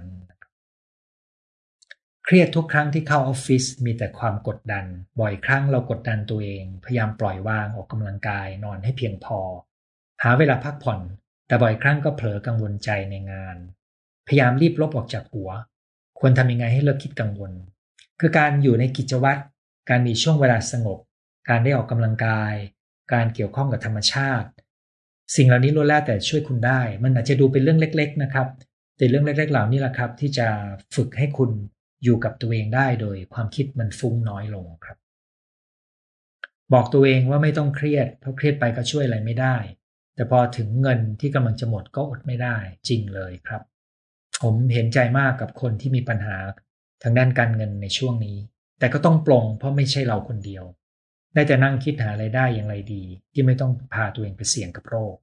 เครียดทุกครั้งที่เข้าออฟฟิศมีแต่ความกดดันบ่อยครั้งเรากดดันตัวเองพยายามปล่อยวางออกกำลังกายนอนให้เพียงพอหาเวลาพักผ่อนแต่บ่อยครั้งก็เผลอกังวลใจในงานพยายามรีบลบออกจากหัวควรทำยังไงให้เลิกคิดกังวลคือการอยู่ในกิจวัตรการมีช่วงเวลาสงบการได้ออกกำลังกายการเกี่ยวข้องกับธรรมชาติสิ่งเหล่านี้ล้วนแล้วแต่ช่วยคุณได้มันอาจจะดูเป็นเรื่องเล็กๆนะครับแต่เรื่องเล็กๆเหล่านี้แหละครับที่จะฝึกให้คุณอยู่กับตัวเองได้โดยความคิดมันฟุ้งน้อยลงครับบอกตัวเองว่าไม่ต้องเครียดเพราะเครียดไปก็ช่วยอะไรไม่ได้แต่พอถึงเงินที่กำลังจะหมดก็อดไม่ได้จริงเลยครับผมเห็นใจมากกับคนที่มีปัญหาทางด้านการเงินในช่วงนี้แต่ก็ต้องปลงเพราะไม่ใช่เราคนเดียวได้แต่นั่งคิดหาไรายได้อย่างไรดีที่ไม่ต้องพาตัวเองไปเสี่ยงกับโรค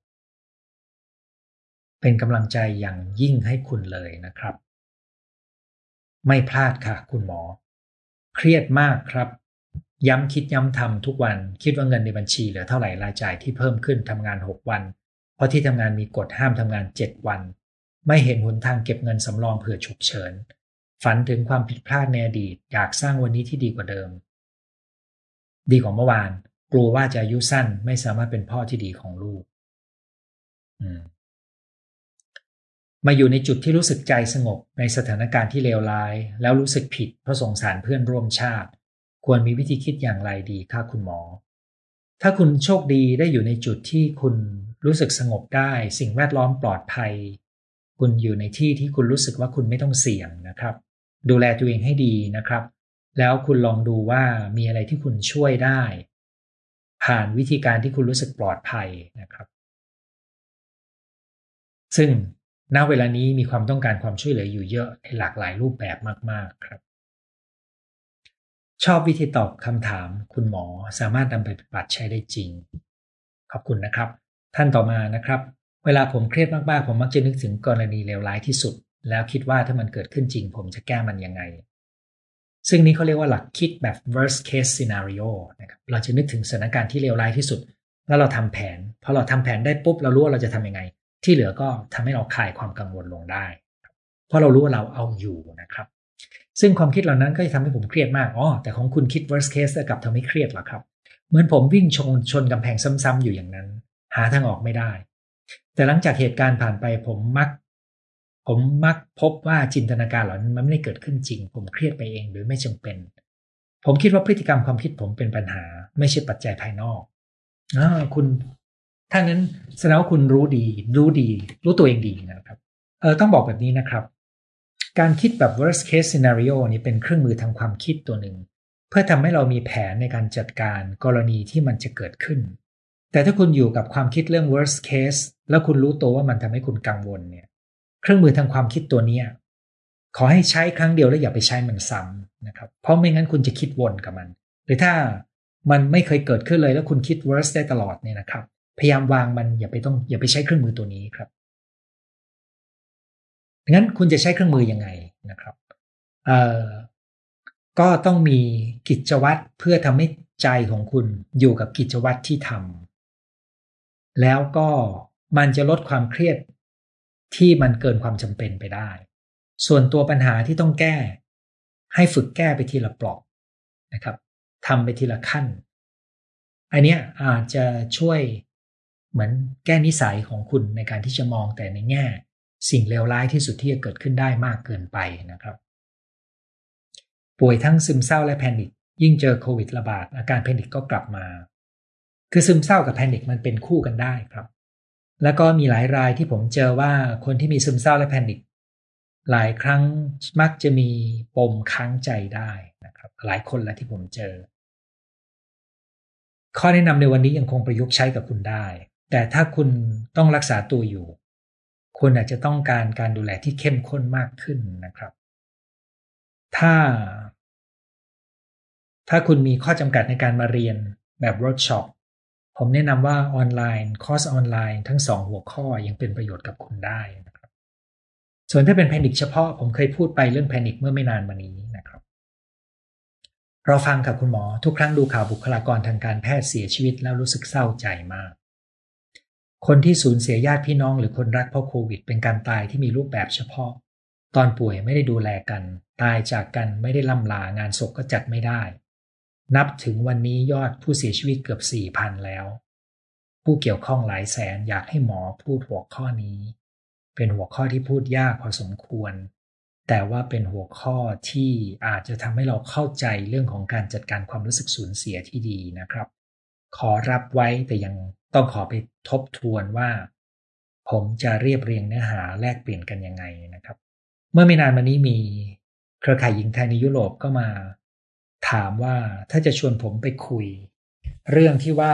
เป็นกำลังใจอย่างยิ่งให้คุณเลยนะครับไม่พลาดค่ะคุณหมอเครียดมากครับย้ำคิดย้ำทำทุกวันคิดว่าเงินในบัญชีเหลือเท่าไหร่รายจ่ายที่เพิ่มขึ้นทำงานหกวันเพราะที่ทำงานมีกฎห้ามทำงานเจ็ดวันไม่เห็นหนทางเก็บเงินสำรองเผื่อฉุกเฉินฝันถึงความผิดพลาดในอดีตอยากสร้างวันนี้ที่ดีกว่าเดิมดีกว่าเมื่อวานกลัวว่าจะอายุสั้นไม่สามารถเป็นพ่อที่ดีของลูกอืม มาอยู่ในจุดที่รู้สึกใจสงบในสถานการณ์ที่เลวร้ายแล้วรู้สึกผิดเพราะสงสารเพื่อนร่วมชาติควรมีวิธีคิดอย่างไรดีคะคุณหมอถ้าคุณโชคดีได้อยู่ในจุดที่คุณรู้สึกสงบได้สิ่งแวดล้อมปลอดภัยคุณอยู่ในที่ที่คุณรู้สึกว่าคุณไม่ต้องเสี่ยงนะครับดูแลตัวเองให้ดีนะครับแล้วคุณลองดูว่ามีอะไรที่คุณช่วยได้ผ่านวิธีการที่คุณรู้สึกปลอดภัยนะครับซึ่ง ณ เวลานี้มีความต้องการความช่วยเหลืออยู่เยอะในหลากหลายรูปแบบมากๆครับชอบวิธีตอบคำถามคุณหมอสามารถนำไปปฏิบัติใช้ได้จริงขอบคุณนะครับท่านต่อมานะครับเวลาผมเครียดมากๆผมมักจะนึกถึงกรณีเลวร้ายที่สุดแล้วคิดว่าถ้ามันเกิดขึ้นจริงผมจะแก้มันยังไงซึ่งนี้เขาเรียกว่าหลักคิดแบบ worst case scenario นะครับเราจะนึกถึงสถานการณ์ที่เลวร้ายที่สุดแล้วเราทำแผนพอเราทำแผนได้ปุ๊บเรารู้ว่าเราจะทำยังไงที่เหลือก็ทำให้เราคลายความกังวลลงได้เพราะเรารู้ว่าเราเอาอยู่นะครับซึ่งความคิดเหล่านั้นก็จะทำให้ผมเครียดมากอ๋อแต่ของคุณคิด worst case กลับทำให้เครียดเหรอครับเหมือนผมวิ่งชนชนกำแพงซ้ำๆอยู่อย่างนั้นหาทางออกไม่ได้แต่หลังจากเหตุการณ์ผ่านไปผมมักผมมักพบว่าจินตนาการเหล่านั้นมันไม่ได้เกิดขึ้นจริงผมเครียดไปเองหรือไม่จำเป็นผมคิดว่าพฤติกรรมความคิดผมเป็นปัญหาไม่ใช่ปัจจัยภายนอกอ่าคุณถ้างั้นแสดงว่าคุณรู้ดีรู้ดีรู้ตัวเองดีนะครับเออต้องบอกแบบนี้นะครับการคิดแบบ worst case scenario นี่เป็นเครื่องมือทางความคิดตัวหนึ่งเพื่อทำให้เรามีแผนในการจัดการกรณีที่มันจะเกิดขึ้นแต่ถ้าคุณอยู่กับความคิดเรื่อง worst case แล้วคุณรู้ตัวว่ามันทำให้คุณกังวลเนี่ยเครื่องมือทางความคิดตัวนี้ขอให้ใช้ครั้งเดียวแล้วอย่าไปใช้มันซ้ำนะครับเพราะไม่งั้นคุณจะคิดวนกับมันหรือถ้ามันไม่เคยเกิดขึ้นเลยแล้วคุณคิด worst ได้ตลอดเนี่ยนะครับพยายามวางมันอย่าไปต้องอย่าไปใช้เครื่องมือตัวนี้ครับงั้นคุณจะใช้เครื่องมือยังไงนะครับเอ่อก็ต้องมีกิจวัตรเพื่อทำให้ใจของคุณอยู่กับกิจวัตรที่ทำแล้วก็มันจะลดความเครียดที่มันเกินความจำเป็นไปได้ส่วนตัวปัญหาที่ต้องแก้ให้ฝึกแก้ไปทีละเปราะนะครับทำไปทีละขั้นอันเนี้ยอาจจะช่วยเหมือนแก้นิสัยของคุณในการที่จะมองแต่ในแง่สิ่งเลวร้ายที่สุดที่จะเกิดขึ้นได้มากเกินไปนะครับป่วยทั้งซึมเศร้าและแพนิคยิ่งเจอโควิดระบาดอาการแพนิคก็กลับมาคือซึมเศร้ากับแพนิคมันเป็นคู่กันได้ครับแล้วก็มีหลายรายที่ผมเจอว่าคนที่มีซึมเศร้าและแพนิคหลายครั้งมักจะมีปมค้างใจได้นะครับหลายคนแล้วที่ผมเจอข้อแนะนำในวันนี้ยังคงประยุกต์ใช้กับคุณได้แต่ถ้าคุณต้องรักษาตัวอยู่คุณอาจจะต้องการการดูแลที่เข้มข้นมากขึ้นนะครับถ้าถ้าคุณมีข้อจำกัดในการมาเรียนแบบเวิร์กช็อปผมแนะนำว่าออนไลน์คอร์สออนไลน์ทั้งสองหัวข้อยังเป็นประโยชน์กับคุณได้นะครับส่วนถ้าเป็นแพนิคเฉพาะผมเคยพูดไปเรื่องแพนิคเมื่อไม่นานมานี้นะครับเราฟังกับคุณหมอทุกครั้งดูข่าวบุคลากรทางการแพทย์เสียชีวิตแล้วรู้สึกเศร้าใจมากคนที่สูญเสียญาติพี่น้องหรือคนรักเพราะโควิดเป็นการตายที่มีรูปแบบเฉพาะตอนป่วยไม่ได้ดูแลกันตายจากกันไม่ได้ล่ำลางานศพก็จัดไม่ได้นับถึงวันนี้ยอดผู้เสียชีวิตเกือบ สี่พัน แล้วผู้เกี่ยวข้องหลายแสนอยากให้หมอพูดหัวข้อนี้เป็นหัวข้อที่พูดยากพอสมควรแต่ว่าเป็นหัวข้อที่อาจจะทำให้เราเข้าใจเรื่องของการจัดการความรู้สึกสูญเสียที่ดีนะครับขอรับไว้แต่ยังต้องขอไปทบทวนว่าผมจะเรียบเรียงเนื้อหาแลกเปลี่ยนกันยังไงนะครับเมื่อไม่นานมานี้มีเครือข่ายหญิงไทยในยุโรปก็มาถามว่าถ้าจะชวนผมไปคุยเรื่องที่ว่า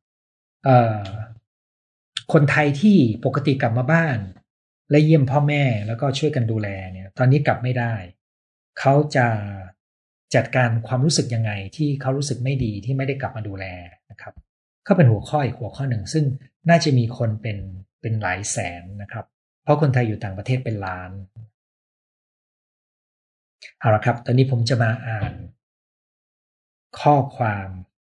คนไทยที่ปกติกลับมาบ้านและเยี่ยมพ่อแม่แล้วก็ช่วยกันดูแลเนี่ยตอนนี้กลับไม่ได้เขาจะจัดการความรู้สึกยังไงที่เขารู้สึกไม่ดีที่ไม่ได้กลับมาดูแลนะครับก็เป็นหัวข้ออีกหัวข้อหนึ่งซึ่งน่าจะมีคนเป็นเป็นหลายแสนนะครับเพราะคนไทยอยู่ต่างประเทศเป็นล้านเอาละครับตอนนี้ผมจะมาอ่านข้อความ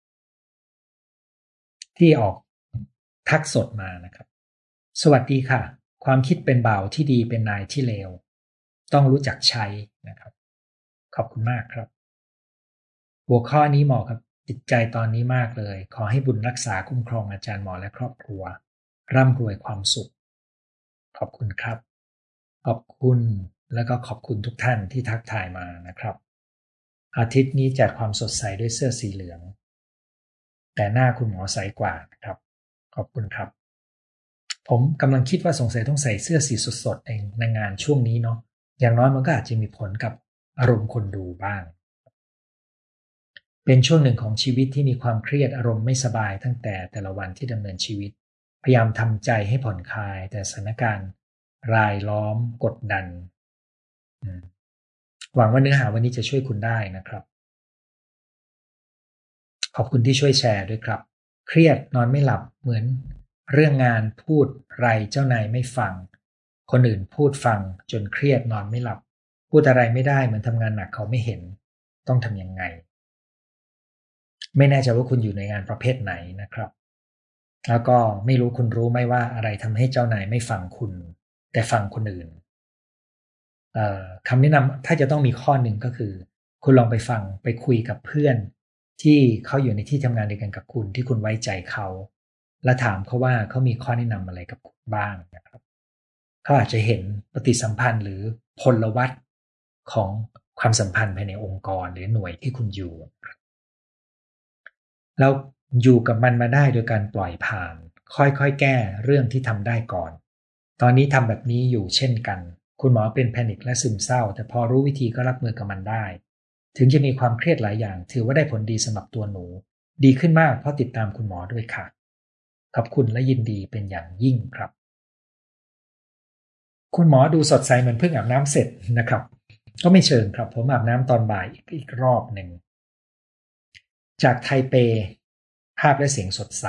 ที่ออกทักสดมานะครับสวัสดีค่ะความคิดเป็นบ่าวที่ดีเป็นนายที่เลวต้องรู้จักใช้นะครับขอบคุณมากครับหัวข้อนี้เหมาะกับจิตใจตอนนี้มากเลยขอให้บุญรักษาคุ้มครองอาจารย์หมอและครอบครัวร่ำรวยความสุขขอบคุณครับขอบคุณแล้วก็ขอบคุณทุกท่านที่ทักทายมานะครับอาทิตย์นี้จัดความสดใสด้วยเสื้อสีเหลืองแต่หน้าคุณหมอใสกว่านะครับขอบคุณครับผมกำลังคิดว่าสงสัยต้องใส่เสื้อสีสดๆในในงานช่วงนี้เนาะอย่างน้อยมันก็อาจจะมีผลกับอารมณ์คนดูบ้างเป็นช่วงหนึ่งของชีวิตที่มีความเครียดอารมณ์ไม่สบายตั้งแต่แต่ละวันที่ดำเนินชีวิตพยายามทำใจให้ผ่อนคลายแต่สถานการณ์รายล้อมกดดันหวังว่าเนื้อหาวันนี้จะช่วยคุณได้นะครับขอบคุณที่ช่วยแชร์ด้วยครับเครียดนอนไม่หลับเหมือนเรื่องงานพูดไรเจ้านายไม่ฟังคนอื่นพูดฟังจนเครียดนอนไม่หลับพูดอะไรไม่ได้เหมือนทำงานหนักเขาไม่เห็นต้องทำยังไงไม่แน่ใจว่าคุณอยู่ในงานประเภทไหนนะครับแล้วก็ไม่รู้คุณรู้ไหมว่าอะไรทำให้เจ้านายไม่ฟังคุณแต่ฟังคนอื่นคำแนะนำถ้าจะต้องมีข้อหนึ่งก็คือคุณลองไปฟังไปคุยกับเพื่อนที่เขาอยู่ในที่ทำงานเดียวกันกับคุณที่คุณไว้ใจเขาและถามเขาว่าเขามีข้อแนะนำอะไรกับคุณบ้างนะครับเขาอาจจะเห็นปฏิสัมพันธ์หรือพลวัตของความสัมพันธ์ภายในองค์กรหรือหน่วยที่คุณอยู่แล้วอยู่กับมันมาได้โดยการปล่อยผ่านค่อยๆแก้เรื่องที่ทำได้ก่อนตอนนี้ทำแบบนี้อยู่เช่นกันคุณหมอเป็นแพนิคและซึมเศร้าแต่พอรู้วิธีก็รับมือกับมันได้ถึงจะมีความเครียดหลายอย่างถือว่าได้ผลดีสำหรับตัวหนูดีขึ้นมากเพราะติดตามคุณหมอด้วยค่ะขอบคุณและยินดีเป็นอย่างยิ่งครับคุณหมอดูสดใสเหมือนเพิ่งอาบน้ำเสร็จนะครับก็ไม่เชิงครับผมอาบน้ำตอนบ่ายอีกรอบหนึ่งจากไทเปภาพและเสียงสดใส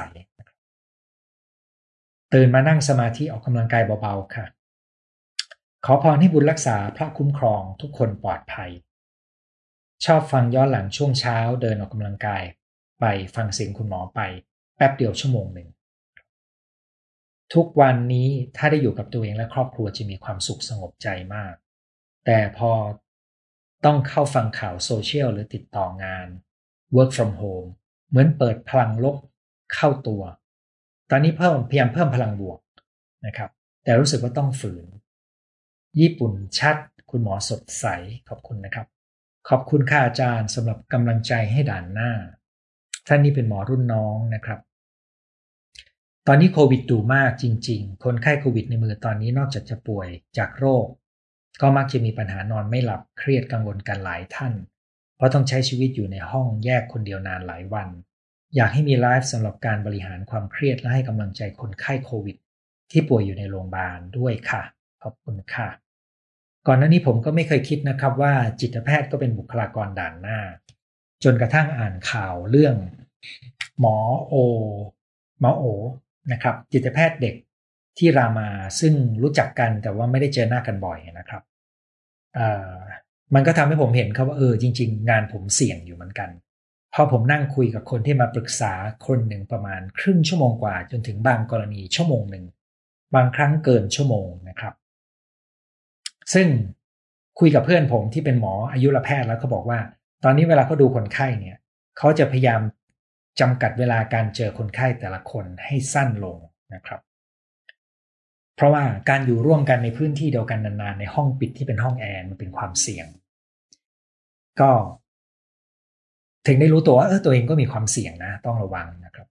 ตื่นมานั่งสมาธิออกกำลังกายเบาๆค่ะขอพรให้บุญรักษาพระคุ้มครองทุกคนปลอดภัยชอบฟังย้อนหลังช่วงเช้าเดินออกกำลังกายไปฟังเสียงคุณหมอไปแป๊บเดียวชั่วโมงหนึ่งทุกวันนี้ถ้าได้อยู่กับตัวเองและครอบครัวจะมีความสุขสงบใจมากแต่พอต้องเข้าฟังข่าวโซเชียลหรือติดต่องาน work from home เหมือนเปิดพลังลบเข้าตัวตอนนี้เพิ่มพยายามเพิ่มพลังบวกนะครับแต่รู้สึกว่าต้องฝืนญี่ปุ่นชัดคุณหมอสดใสขอบคุณนะครับขอบคุณค่ะอาจารย์สำหรับกำลังใจให้ด่านหน้าท่านนี้เป็นหมอรุ่นน้องนะครับตอนนี้โควิดดุมากจริงๆคนไข้โควิดในมือตอนนี้นอกจากจะป่วยจากโรคก็มักจะมีปัญหานอนไม่หลับเครียดกังวลกันหลายท่านเพราะต้องใช้ชีวิตอยู่ในห้องแยกคนเดียวนานหลายวันอยากให้มีไลฟ์สำหรับการบริหารความเครียดและให้กำลังใจคนไข้โควิดที่ป่วยอยู่ในโรงพยาบาลด้วยค่ะขอบคุณค่ะก่อนหน้านี้ผมก็ไม่เคยคิดนะครับว่าจิตแพทย์ก็เป็นบุคลากรด่านหน้าจนกระทั่งอ่านข่าวเรื่องหมอโอหมอโอนะครับจิตแพทย์เด็กที่รามาซึ่งรู้จักกันแต่ว่าไม่ได้เจอหน้ากันบ่อยนะครับมันก็ทำให้ผมเห็นครับว่าเออจริงๆงานผมเสี่ยงอยู่เหมือนกันพอผมนั่งคุยกับคนที่มาปรึกษาคนหนึ่งประมาณครึ่งชั่วโมงกว่าจนถึงบางกรณีชั่วโมงหนึ่งบางครั้งเกินชั่วโมงนะครับซึ่งคุยกับเพื่อนผมที่เป็นหมออายุรแพทย์แล้วเขาบอกว่าตอนนี้เวลาเขาดูคนไข้เนี่ยเขาจะพยายามจำกัดเวลาการเจอคนไข้แต่ละคนให้สั้นลงนะครับเพราะว่าการอยู่ร่วมกันในพื้นที่เดียวกันนานๆในห้องปิดที่เป็นห้องแอร์มันเป็นความเสี่ยงก็ถึงได้รู้ตัวว่าเออตัวเองก็มีความเสี่ยงนะต้องระวังนะครับ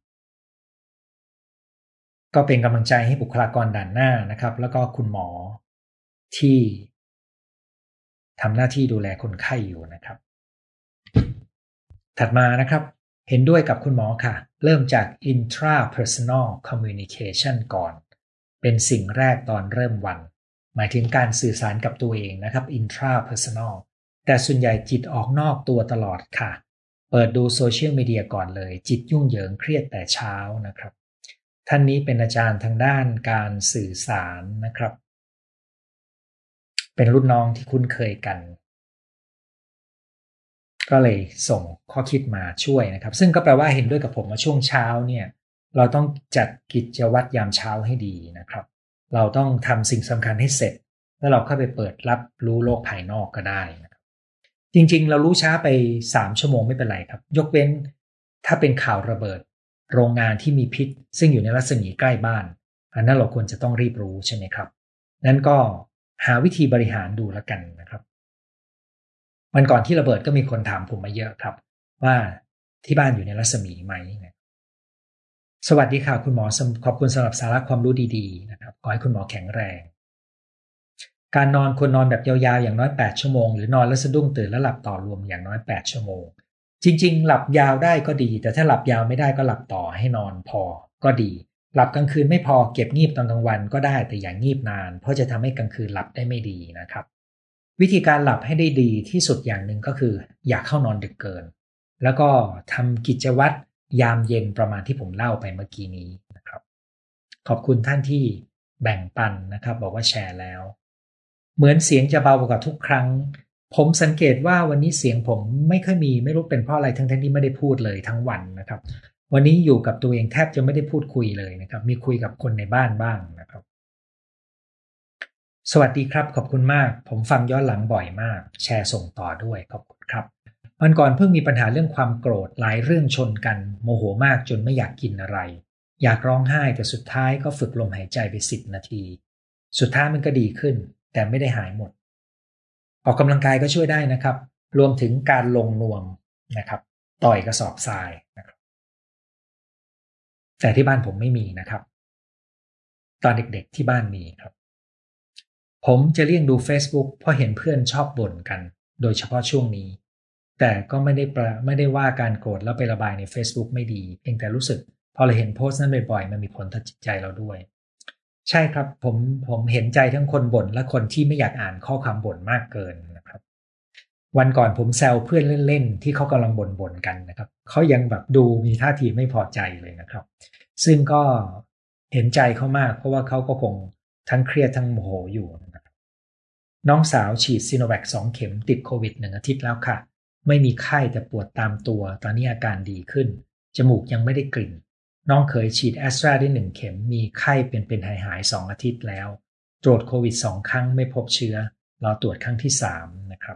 ก็เป็นกำลังใจให้บุคลากรด่านหน้านะครับแล้วก็คุณหมอที่ทำหน้าที่ดูแลคนไข้อยู่นะครับถัดมานะครับเห็นด้วยกับคุณหมอค่ะเริ่มจาก intrapersonal communication ก่อนเป็นสิ่งแรกตอนเริ่มวันหมายถึงการสื่อสารกับตัวเองนะครับ intrapersonal แต่ส่วนใหญ่จิตออกนอกตัวตลอดค่ะเปิดดูโซเชียลมีเดียก่อนเลยจิตยุ่งเหยิงเครียดแต่เช้านะครับท่านนี้เป็นอาจารย์ทางด้านการสื่อสารนะครับเป็นรุ่นน้องที่คุ้นเคยกันก็เลยส่งข้อคิดมาช่วยนะครับซึ่งก็แปลว่าเห็นด้วยกับผมว่าช่วงเช้าเนี่ยเราต้องจัดกิจวัตรยามเช้าให้ดีนะครับเราต้องทำสิ่งสำคัญให้เสร็จแล้วเราเข้าไปเปิดรับรู้โลกภายนอกก็ได้นะครับจริงๆเรารู้ช้าไปสามชั่วโมงไม่เป็นไรครับยกเว้นถ้าเป็นข่าวระเบิดโรงงานที่มีพิษซึ่งอยู่ในรัศมีใกล้บ้านอันนั้นเราควรจะต้องรีบรู้ใช่ไหมครับนั้นก็หาวิธีบริหารดูแล้วกันนะครับวันก่อนที่ระเบิดก็มีคนถามผมมาเยอะครับว่าที่บ้านอยู่ในรัศมีไหมสวัสดีค่ะคุณหมอขอบคุณสำหรับสาระความรู้ดีๆนะครับขอให้คุณหมอแข็งแรงการนอนควรนอนแบบยาวๆอย่างน้อยแปดชั่วโมงหรือนอนแล้วสะดุ้งตื่นแล้วหลับต่อรวมอย่างน้อยแปดชั่วโมงจริงๆหลับยาวได้ก็ดีแต่ถ้าหลับยาวไม่ได้ก็หลับต่อให้นอนพอก็ดีหลับกลางคืนไม่พอเก็บงีบตอนกลางวันก็ได้แต่อย่างงีบนานเพราะจะทำให้กลางคืนหลับได้ไม่ดีนะครับวิธีการหลับให้ได้ดีที่สุดอย่างหนึ่งก็คืออย่าเข้านอนดึกเกินแล้วก็ทำกิจวัตรยามเย็นประมาณที่ผมเล่าไปเมื่อกี้นี้นะครับขอบคุณท่านที่แบ่งปันนะครับบอกว่าแชร์แล้วเหมือนเสียงจะเบากว่าทุกครั้งผมสังเกตว่าวันนี้เสียงผมไม่ค่อยมีไม่รู้เป็นเพราะอะไรทั้งๆที่ไม่ได้พูดเลยทั้งวันนะครับวันนี้อยู่กับตัวเองแทบจะไม่ได้พูดคุยเลยนะครับมีคุยกับคนในบ้านบ้างนะครับสวัสดีครับขอบคุณมากผมฟังย้อนหลังบ่อยมากแชร์ส่งต่อด้วยขอบคุณครับวันก่อนเพิ่งมีปัญหาเรื่องความโกรธหลายเรื่องชนกันโมโหมากจนไม่อยากกินอะไรอยากร้องไห้แต่สุดท้ายก็ฝึกลมหายใจไปสิบนาทีสุดท้ายมันก็ดีขึ้นแต่ไม่ได้หายหมดออกกำลังกายก็ช่วยได้นะครับรวมถึงการลงนวมนะครับต่อยกระสอบทรายนะครับแต่ที่บ้านผมไม่มีนะครับตอนเด็กๆที่บ้านมีครับผมจะเลี่ยงดู Facebook เพราะเห็นเพื่อนชอบบ่นกันโดยเฉพาะช่วงนี้แต่ก็ไม่ได้ไม่ได้ว่าการโกรธแล้วไประบายใน Facebook ไม่ดีเพียงแต่รู้สึกพอเราเห็นโพสต์นั้นบ่อยๆมันมีผลต่อจิตใจเราด้วยใช่ครับผมผมเห็นใจทั้งคนบ่นและคนที่ไม่อยากอ่านข้อความบ่นมากเกินนะครับวันก่อนผมแซวเพื่อนเล่นๆที่เขากำลังบ่นๆกันนะครับเขายังแบบดูมีท่าทีไม่พอใจเลยนะครับซึ่งก็เห็นใจเขามากเพราะว่าเขาก็คงทั้งเครียดทั้งโมโหอยู่นะครับน้องสาวฉีดซีโนแวคสองเข็มติดโควิดหนึ่งอาทิตย์แล้วค่ะไม่มีไข้แต่ปวดตามตัวตอนนี้อาการดีขึ้นจมูกยังไม่ได้กลิ่นน้องเคยฉีดแอสตราได้หนึ่งเข็มมีไข้เป็นเป็นหายหายสองอาทิตย์แล้วตรวจโควิดสองครั้งไม่พบเชื้อรอตรวจครั้งที่สามนะครับ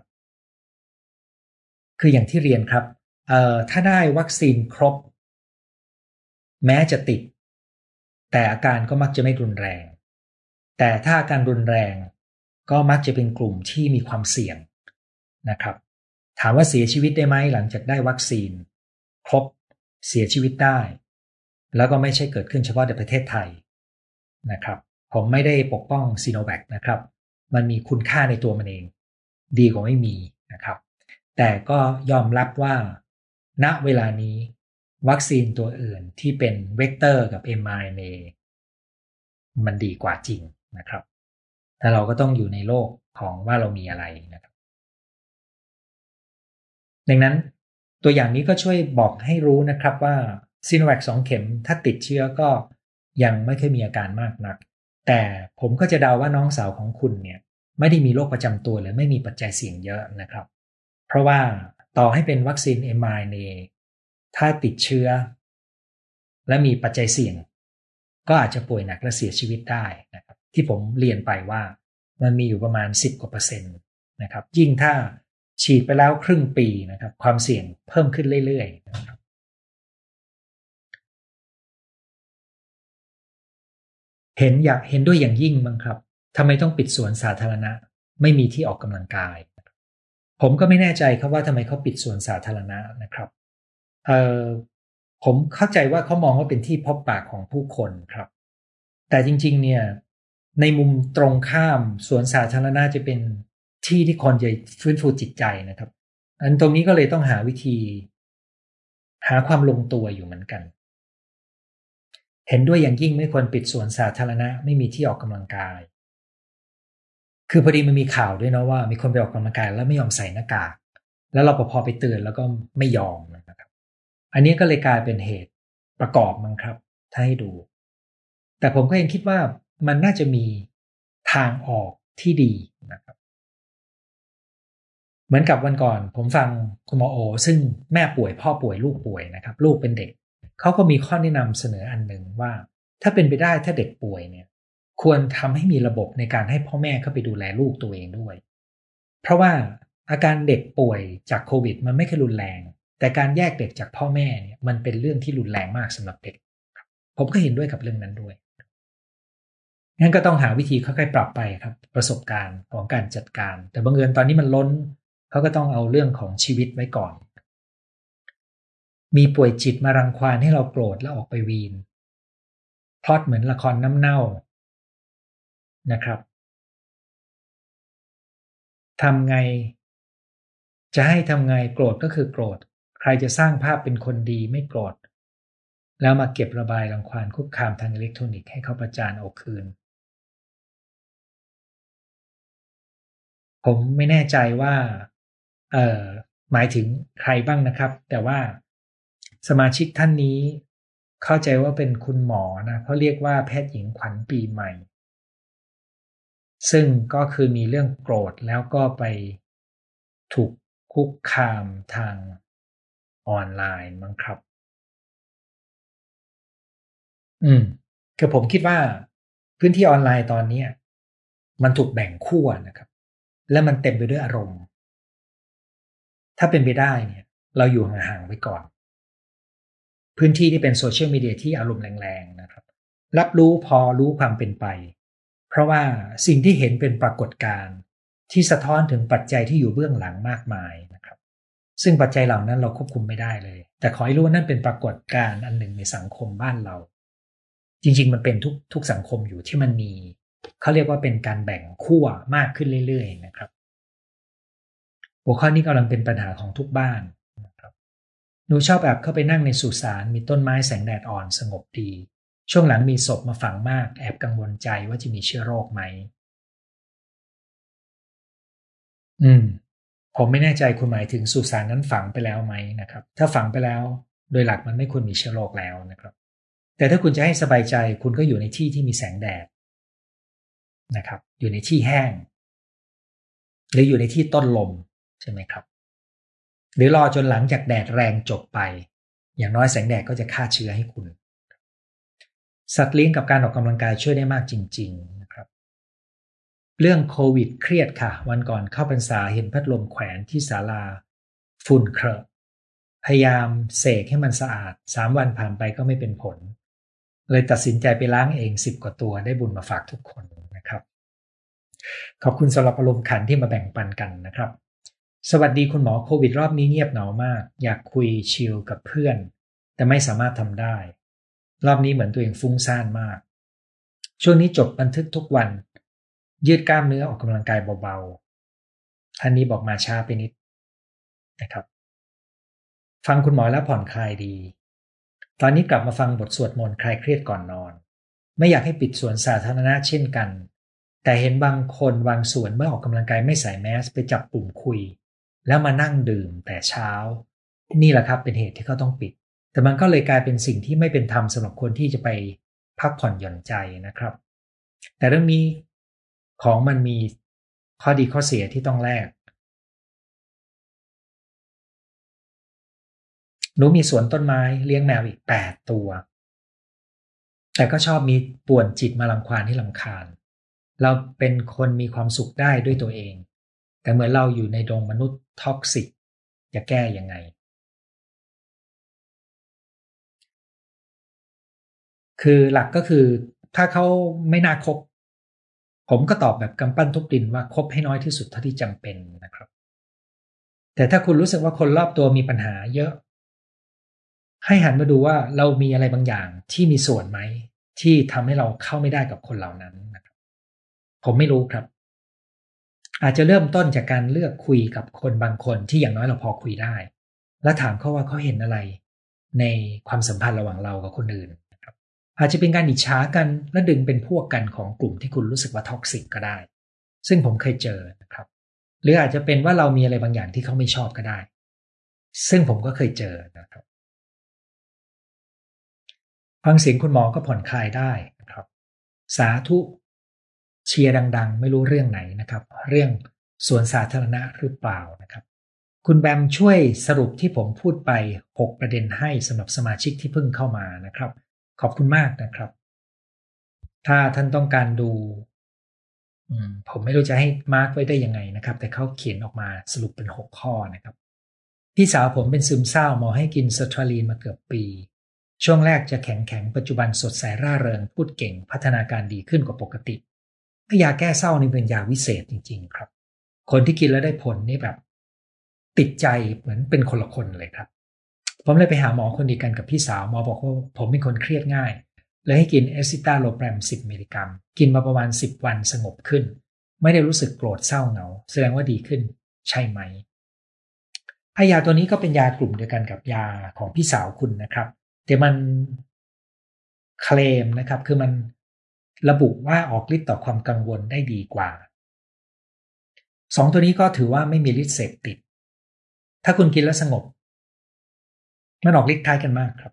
คืออย่างที่เรียนครับเอ่อถ้าได้วัคซีนครบแม้จะติดแต่อาการก็มักจะไม่รุนแรงแต่ถ้าอาการรุนแรงก็มักจะเป็นกลุ่มที่มีความเสี่ยงนะครับถามว่าเสียชีวิตได้ไหมหลังจากได้วัคซีนครบเสียชีวิตได้แล้วก็ไม่ใช่เกิดขึ้นเฉพาะในประเทศไทยนะครับผมไม่ได้ปกป้องซีโนแวคนะครับมันมีคุณค่าในตัวมันเองดีกว่าไม่มีนะครับแต่ก็ยอมรับว่าณเวลานี้วัคซีนตัวอื่นที่เป็นเวกเตอร์กับ เอ็ม อาร์ เอ็น เอ มันดีกว่าจริงนะครับแต่เราก็ต้องอยู่ในโลกของว่าเรามีอะไรนะครับดังนั้นตัวอย่างนี้ก็ช่วยบอกให้รู้นะครับว่าซีโนแวคสองเข็มถ้าติดเชื้อก็ยังไม่เคยมีอาการมากนักแต่ผมก็จะเดาว่าน้องสาวของคุณเนี่ยไม่ได้มีโรคประจำตัวหรือไม่มีปัจจัยเสี่ยงเยอะนะครับเพราะว่าต่อให้เป็นวัคซีน เอ็ม อาร์ เอ็น เอ ถ้าติดเชื้อและมีปัจจัยเสี่ยงก็อาจจะป่วยหนักและเสียชีวิตได้นะครับที่ผมเรียนไปว่ามันมีอยู่ประมาณสิบกว่าเปอร์เซ็นต์นะครับยิ่งถ้าฉีดไปแล้วครึ่งปีนะครับความเสี่ยงเพิ่มขึ้นเรื่อยๆนะครับเห็นอยากเห็นด้วยอย่างยิ่งมั้งครับทำไมต้องปิดสวนสาธารณะไม่มีที่ออกกำลังกายผมก็ไม่แน่ใจครับว่าทำไมเขาปิดสวนสาธารณะนะครับเอ่อผมเข้าใจว่าเขามองว่าเป็นที่พบปะของผู้คนครับแต่จริงๆเนี่ยในมุมตรงข้ามสวนสาธารณะจะเป็นที่ที่คนจะฟื้นฟูจิตใจนะครับอันตรงนี้ก็เลยต้องหาวิธีหาความลงตัวอยู่เหมือนกันเห็นด้วยอย่างยิ่งไม่ควรปิดสวนสาธารณะไม่มีที่ออกกำลังกายคือพอดีมันมีข่าวด้วยนะว่ามีคนไปออกกำลังกายแล้วไม่ยอมใส่หน้ากากแล้วรปภไปเตือนแล้วก็ไม่ยอมนะครับอันนี้ก็เลยกลายเป็นเหตุประกอบมั้งครับถ้าให้ดูแต่ผมก็ยังคิดว่ามันน่าจะมีทางออกที่ดีนะครับเหมือนกับวันก่อนผมฟังคุณหมอโอซึ่งแม่ป่วยพ่อป่วยลูกป่วยนะครับลูกเป็นเด็กเขาก็มีข้อแนะนำเสนออันหนึ่งว่าถ้าเป็นไปได้ถ้าเด็กป่วยเนี่ยควรทำให้มีระบบในการให้พ่อแม่เข้าไปดูแลลูกตัวเองด้วยเพราะว่าอาการเด็กป่วยจากโควิดมันไม่เคยรุนแรงแต่การแยกเด็กจากพ่อแม่เนี่ยมันเป็นเรื่องที่รุนแรงมากสำหรับเด็กผมก็เห็นด้วยกับเรื่องนั้นด้วยงั้นก็ต้องหาวิธีค่อยๆปรับไปครับประสบการณ์ของการจัดการแต่บังเอิญตอนนี้มันล้นเขาก็ต้องเอาเรื่องของชีวิตไว้ก่อนมีป่วยจิตมารังควานให้เราโกรธแล้วออกไปวีนพล็อตเหมือนละครน้ำเน่านะครับทำไงจะให้ทำไงโกรธก็คือโกรธใครจะสร้างภาพเป็นคนดีไม่โกรธแล้วมาเก็บระบายรังควานคุกคามทางอิเล็กทรอนิกส์ให้เขาประจานเอาคืนผมไม่แน่ใจว่าเอ่อหมายถึงใครบ้างนะครับแต่ว่าสมาชิกท่านนี้เข้าใจว่าเป็นคุณหมอนะเขาเรียกว่าแพทย์หญิงขวัญปีใหม่ซึ่งก็คือมีเรื่องโกรธแล้วก็ไปถูกคุกคามทางออนไลน์มั้งครับอืมคือผมคิดว่าพื้นที่ออนไลน์ตอนนี้มันถูกแบ่งขั้วนะครับและมันเต็มไปด้วยอารมณ์ถ้าเป็นไปได้เนี่ยเราอยู่ห่างๆไว้ก่อนพื้นที่ที่เป็นโซเชียลมีเดียที่อารมณ์แรงๆนะครับรับรู้พอรู้ความเป็นไปเพราะว่าสิ่งที่เห็นเป็นปรากฏการณ์ที่สะท้อนถึงปัจจัยที่อยู่เบื้องหลังมากมายนะครับซึ่งปัจจัยเหล่านั้นเราควบคุมไม่ได้เลยแต่ขอให้รู้ว่านั่นเป็นปรากฏการณ์อันหนึ่งในสังคมบ้านเราจริงๆมันเป็นทุกทุกสังคมอยู่ที่มันมีเขาเรียกว่าเป็นการแบ่งขั้วมากขึ้นเรื่อยๆนะครับหัวข้อนี้กำลังเป็นปัญหาของทุกบ้านนะครับหนูชอบแอบเข้าไปนั่งในสุสานมีต้นไม้แสงแดดอ่อนสงบดีช่วงหลังมีศพมาฝังมากแอบกังวลใจว่าจะมีเชื้อโรคไหมอืมผมไม่แน่ใจคุณหมายถึงสุสานนั้นฝังไปแล้วไหมนะครับถ้าฝังไปแล้วโดยหลักมันไม่ควรมีเชื้อโรคแล้วนะครับแต่ถ้าคุณจะให้สบายใจคุณก็อยู่ในที่ที่มีแสงแดดนะครับอยู่ในที่แห้งหรืออยู่ในที่ต้นลมใช่ไหมครับหรือรอจนหลังจากแดดแรงจบไปอย่างน้อยแสงแดดก็จะฆ่าเชื้อให้คุณสัตว์เลี้ยงกับการออกกำลังกายช่วยได้มากจริงๆนะครับเรื่องโควิดเครียดค่ะวันก่อนเข้าพรรษาเห็นพัดลมแขวนที่ศาลาฝุ่นเครอะพยายามเสกให้มันสะอาดสามวันผ่านไปก็ไม่เป็นผลเลยตัดสินใจไปล้างเองสิบกว่าตัวได้บุญมาฝากทุกคนนะครับขอบคุณสำหรับอารมณ์ขันที่มาแบ่งปันกันนะครับสวัสดีคุณหมอโควิดรอบนี้เงียบเหงามากอยากคุยชิลกับเพื่อนแต่ไม่สามารถทำได้รอบนี้เหมือนตัวเองฟุ้งซ่านมากช่วงนี้จดบันทึกทุกวันยืดกล้ามเนื้อออกกำลังกายเบาๆท่านนี้บอกมาช้าไปนิดนะครับฟังคุณหมอแล้วผ่อนคลายดีตอนนี้กลับมาฟังบทสวดมนต์คลายเครียดก่อนนอนไม่อยากให้ปิดสวนสาธารณะเช่นกันแต่เห็นบางคนบางส่วนเมื่อออกกำลังกายไม่ใส่แมสไปจับปุ่มคุยแล้วมานั่งดื่มแต่เช้านี่แหละครับเป็นเหตุที่เขาต้องปิดแต่มันก็เลยกลายเป็นสิ่งที่ไม่เป็นธรรมสำหรับคนที่จะไปพักผ่อนหย่อนใจนะครับแต่เรื่องนี้ของมันมีข้อดีข้อเสียที่ต้องแลกหนูมีสวนต้นไม้เลี้ยงแมวอีกแปดตัวแต่ก็ชอบมีป่วนจิตมารังควานที่รำคาญเราเป็นคนมีความสุขได้ด้วยตัวเองแต่เหมือนเราอยู่ในดงมนุษย์ท็อกซิกจะแก้ยังไงคือหลักก็คือถ้าเขาไม่น่าคบผมก็ตอบแบบกำปั้นทุบดินว่าคบให้น้อยที่สุดเท่าที่จำเป็นนะครับแต่ถ้าคุณรู้สึกว่าคนรอบตัวมีปัญหาเยอะให้หันมาดูว่าเรามีอะไรบางอย่างที่มีส่วนไหมที่ทำให้เราเข้าไม่ได้กับคนเหล่านั้นนะครับผมไม่รู้ครับอาจจะเริ่มต้นจากการเลือกคุยกับคนบางคนที่อย่างน้อยเราพอคุยได้และถามเขาว่าเขาเห็นอะไรในความสัมพันธ์ระหว่างเรากับคนอื่นนะครับอาจจะเป็นการอิจฉากันและดึงเป็นพวกกันของกลุ่มที่คุณรู้สึกว่าท็อกซิกก็ได้ซึ่งผมเคยเจอนะครับหรืออาจจะเป็นว่าเรามีอะไรบางอย่างที่เขาไม่ชอบก็ได้ซึ่งผมก็เคยเจอนะครับ ฟังเสียงคุณหมอก็ผ่อนคลายได้นะครับสาธุเชียร์ดังๆไม่รู้เรื่องไหนนะครับเรื่องสวนสาธารณะหรือเปล่านะครับคุณแบมช่วยสรุปที่ผมพูดไปหกประเด็นให้สำหรับสมาชิกที่เพิ่งเข้ามานะครับขอบคุณมากนะครับถ้าท่านต้องการดูผมไม่รู้จะให้มาร์กไว้ได้ยังไงนะครับแต่เขาเขียนออกมาสรุปเป็นหกข้อนะครับพี่สาวผมเป็นซึมเศร้าหมอให้กินเซอร์ทราลีนมาเกือบปีช่วงแรกจะแข็งแข็งปัจจุบันสดใสร่าเริงพูดเก่งพัฒนาการดีขึ้นกว่าปกติยาแก้เศร้านี่เป็นยาวิเศษจริงๆครับคนที่กินแล้วได้ผลนี่แบบติดใจเหมือนเป็นคนละคนเลยครับผมเลยไปหาหมอคนเดียวกันกับพี่สาวหมอบอกว่าผมเป็นคนเครียดง่ายเลยให้กินเอซิตาโลแปรมสิบมิลลิกรัมกินมาประมาณสิบวันสงบขึ้นไม่ได้รู้สึกโกรธเศร้าเหงาแสดงว่าดีขึ้นใช่ไหมไอยาตัวนี้ก็เป็นยากลุ่มเดียวกันกับยาของพี่สาวคุณนะครับแต่มันเคลมนะครับคือมันระบุว่าออกฤทธิ์ต่อความกังวลได้ดีกว่าสองตัวนี้ก็ถือว่าไม่มีฤทธิ์เสพติดถ้าคุณกินแล้วสงบมันออกฤทธิ์คล้ายกันมากครับ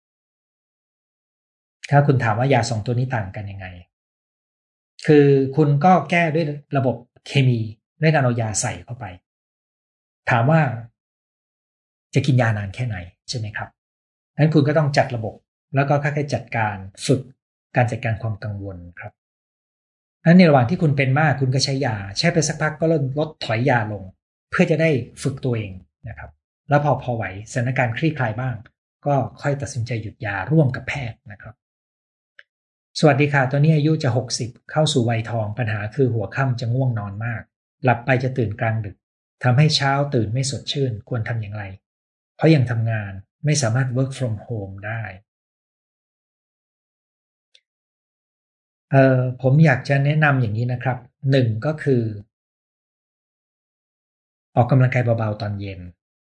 ถ้าคุณถามว่ายาสองตัวนี้ต่างกันยังไงคือคุณก็แก้ด้วยระบบเคมีด้วยการเอายาใส่เข้าไปถามว่าจะกินยานานแค่ไหนใช่ไหมครับงั้นคุณก็ต้องจัดระบบแล้วก็ค่อยๆจัดการฝึกการจัดการความกังวลครับนั้นในระหว่างที่คุณเป็นมากคุณก็ใช้ยาใช้ไปสักพักก็ลดลดถอยยาลงเพื่อจะได้ฝึกตัวเองนะครับแล้วพอพอไหวสถานการณ์คลี่คลายบ้างก็ค่อยตัดสินใจหยุดยาร่วมกับแพทย์นะครับสวัสดีค่ะตอนนี้อายุจะหกสิบเข้าสู่วัยทองปัญหาคือหัวค่ำจะง่วงนอนมากหลับไปจะตื่นกลางดึกทำให้เช้าตื่นไม่สดชื่นควรทำอย่างไรเพราะยังทำงานไม่สามารถ work from home ได้เอ่อผมอยากจะแนะนำอย่างนี้นะครับหนึ่งก็คือออกกำลังกายเบาๆตอนเย็น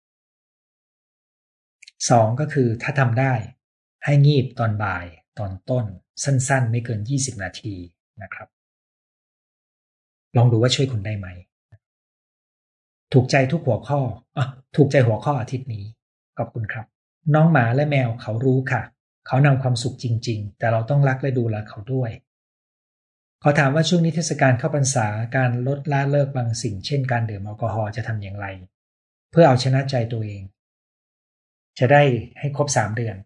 สองก็คือถ้าทำได้ให้งีบตอนบ่ายตอนต้นสั้นๆไม่เกินยี่สิบนาทีนะครับลองดูว่าช่วยคุณได้ไหมถูกใจทุกหัวข้ออ่ะถูกใจหัวข้ออาทิตย์นี้ขอบคุณครับน้องหมาและแมวเขารู้ค่ะเขานำความสุขจริงๆแต่เราต้องรักและดูแลเขาด้วยขอถามว่าช่วงนี้เทศกาลเข้าพรรษาการลดละเลิกบางสิ่งเช่นการดื่มแอลกอฮอล์จะทำอย่างไรเพื่อเอาชนะใจตัวเองจะได้ให้ครบสามเดือน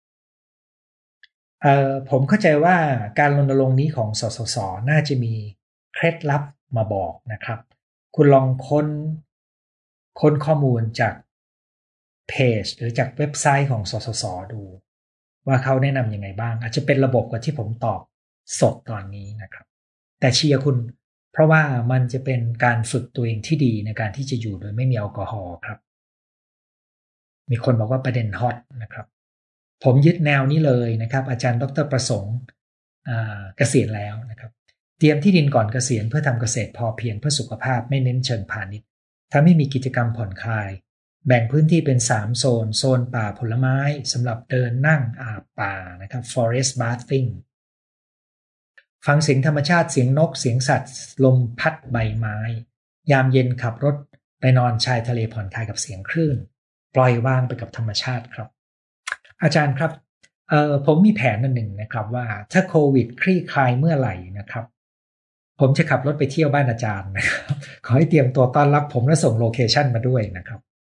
เอ่อผมเข้าใจว่าการรณรงค์นี้ของสสสน่าจะมีเคล็ดลับมาบอกนะครับคุณลองค้นค้นข้อมูลจากเพจหรือจากเว็บไซต์ของสสสดูว่าเขาแนะนำยังไงบ้างอาจจะเป็นระบบกว่าที่ผมตอบสดตอนนี้นะครับแต่เชียร์คุณเพราะว่ามันจะเป็นการฝึกตัวเองที่ดีในการที่จะอยู่โดยไม่มีแอลกอฮอล์ครับมีคนบอกว่าประเด็นฮอตนะครับผมยึดแนวนี้เลยนะครับอาจารย์ดรประสงค์เกษียณแล้วนะครับเตรียมที่ดินก่อนเกษียณเพื่อทำเกษตรพอเพียงเพื่อสุขภาพไม่เน้นเชิงพาณิชย์ทำให้มีกิจกรรมผ่อนคลายแบ่งพื้นที่เป็นสามโซนโซนป่าผลไม้สำหรับเดินนั่งอาบป่านะครับ forest bathing ฟังเสียงธรรมชาติเสียงนกเสียงสัตว์ลมพัดใบไม้ยามเย็นขับรถไปนอนชายทะเลผ่อนคลายกับเสียงคลื่นปล่อยวางไปกับธรรมชาติครับอาจารย์ครับเอ่อผมมีแผนอันหนึ่งนะครับว่าถ้าโควิดคลี่คลายเมื่อไหร่นะครับผมจะขับรถไปเที่ยวบ้านอาจารย์นะครับขอให้เตรียมตัวต้อนรับผมและส่งโลเคชั่นมาด้วยนะครับ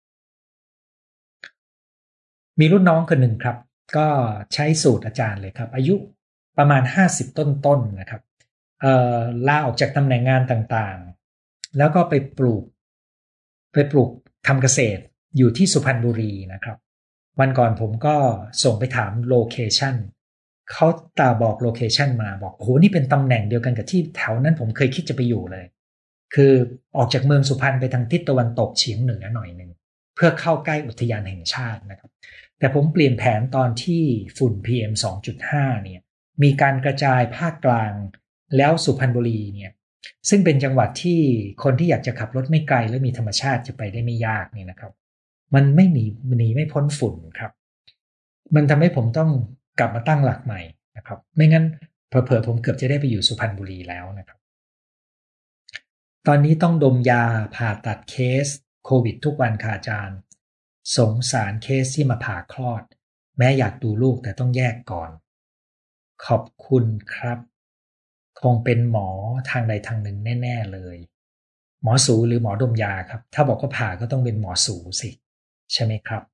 มีรุ่นน้องคนหนึ่งครับก็ใช้สูตรอาจารย์เลยครับอายุประมาณห้าสิบต้นๆ น, นะครับเอ่อลาออกจากตำแหน่งงานต่างๆแล้วก็ไปปลูกไปปลูกทำเกษตรอยู่ที่สุพรรณบุรีนะครับวันก่อนผมก็ส่งไปถามโลเคชันเขาตาบอกโลเคชันมาบอกโอ้โหนี่เป็นตำแหน่งเดียวกันกับที่แถวนั้นผมเคยคิดจะไปอยู่เลยคือออกจากเมืองสุพรรณไปทางทิศตะวันตกเฉียงเหนือหน่อยหนึ่งเพื่อเข้าใกล้อุทยานแห่งชาตินะครับแต่ผมเปลี่ยนแผนตอนที่ฝุ่น พี เอ็ม สองจุดห้า เนี่ยมีการกระจายภาคกลางแล้วสุพรรณบุรีเนี่ยซึ่งเป็นจังหวัดที่คนที่อยากจะขับรถไม่ไกลและมีธรรมชาติจะไปได้ไม่ยากนี่นะครับมันไม่หนีหนีไม่พ้นฝุ่นครับมันทำให้ผมต้องกลับมาตั้งหลักใหม่นะครับไม่งั้นเผลอๆผมเกือบจะได้ไปอยู่สุพรรณบุรีแล้วนะครับตอนนี้ต้องดมยาผ่าตัดเคสโควิดทุกวันค่ะอาจารย์สงสารเคสที่มาผ่าคลอดแม้อยากดูลูกแต่ต้องแยกก่อนขอบคุณครับคงเป็นหมอทางใดทางหนึ่งแน่ๆเลยหมอสูหรือหมอดมยาครับถ้าบอกว่าผ่าก็ต้องเป็นหมอสูสิใช่ไหมครับ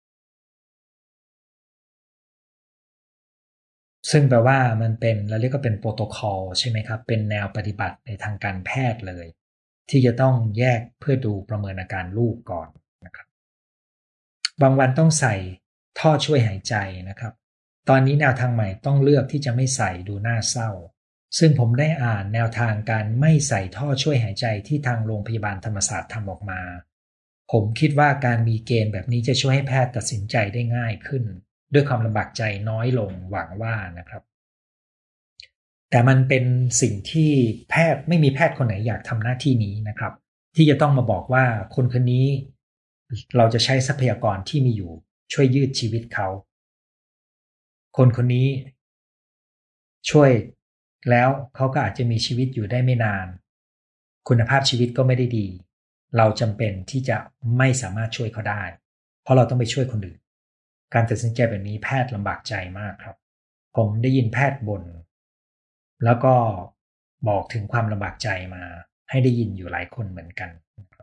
ซึ่งแปลว่ามันเป็นเราเรียกว่าเป็นโปรโตคอลใช่ไหมครับเป็นแนวปฏิบัติในทางการแพทย์เลยที่จะต้องแยกเพื่อดูประเมินอาการลูกก่อนนะครับบางวันต้องใส่ท่อช่วยหายใจนะครับตอนนี้แนวทางใหม่ต้องเลือกที่จะไม่ใส่ดูน่าเศร้าซึ่งผมได้อ่านแนวทางการไม่ใส่ท่อช่วยหายใจที่ทางโรงพยาบาลธรรมศาสตร์ทำออกมาผมคิดว่าการมีเกณฑ์แบบนี้จะช่วยให้แพทย์ตัดสินใจได้ง่ายขึ้นด้วยความลำบากใจน้อยลงหวังว่านะครับแต่มันเป็นสิ่งที่แพทย์ไม่มีแพทย์คนไหนอยากทำหน้าที่นี้นะครับที่จะต้องมาบอกว่าคนคนนี้เราจะใช้ทรัพยากรที่มีอยู่ช่วยยืดชีวิตเขาคนคนนี้ช่วยแล้วเขาก็อาจจะมีชีวิตอยู่ได้ไม่นานคุณภาพชีวิตก็ไม่ได้ดีเราจำเป็นที่จะไม่สามารถช่วยเขาได้เพราะเราต้องไปช่วยคนอื่นการตัดสินใจแบบนี้แพทย์ลำบากใจมากครับผมได้ยินแพทย์บ่นแล้วก็บอกถึงความลำบากใจมาให้ได้ยินอยู่หลายคนเหมือนกัน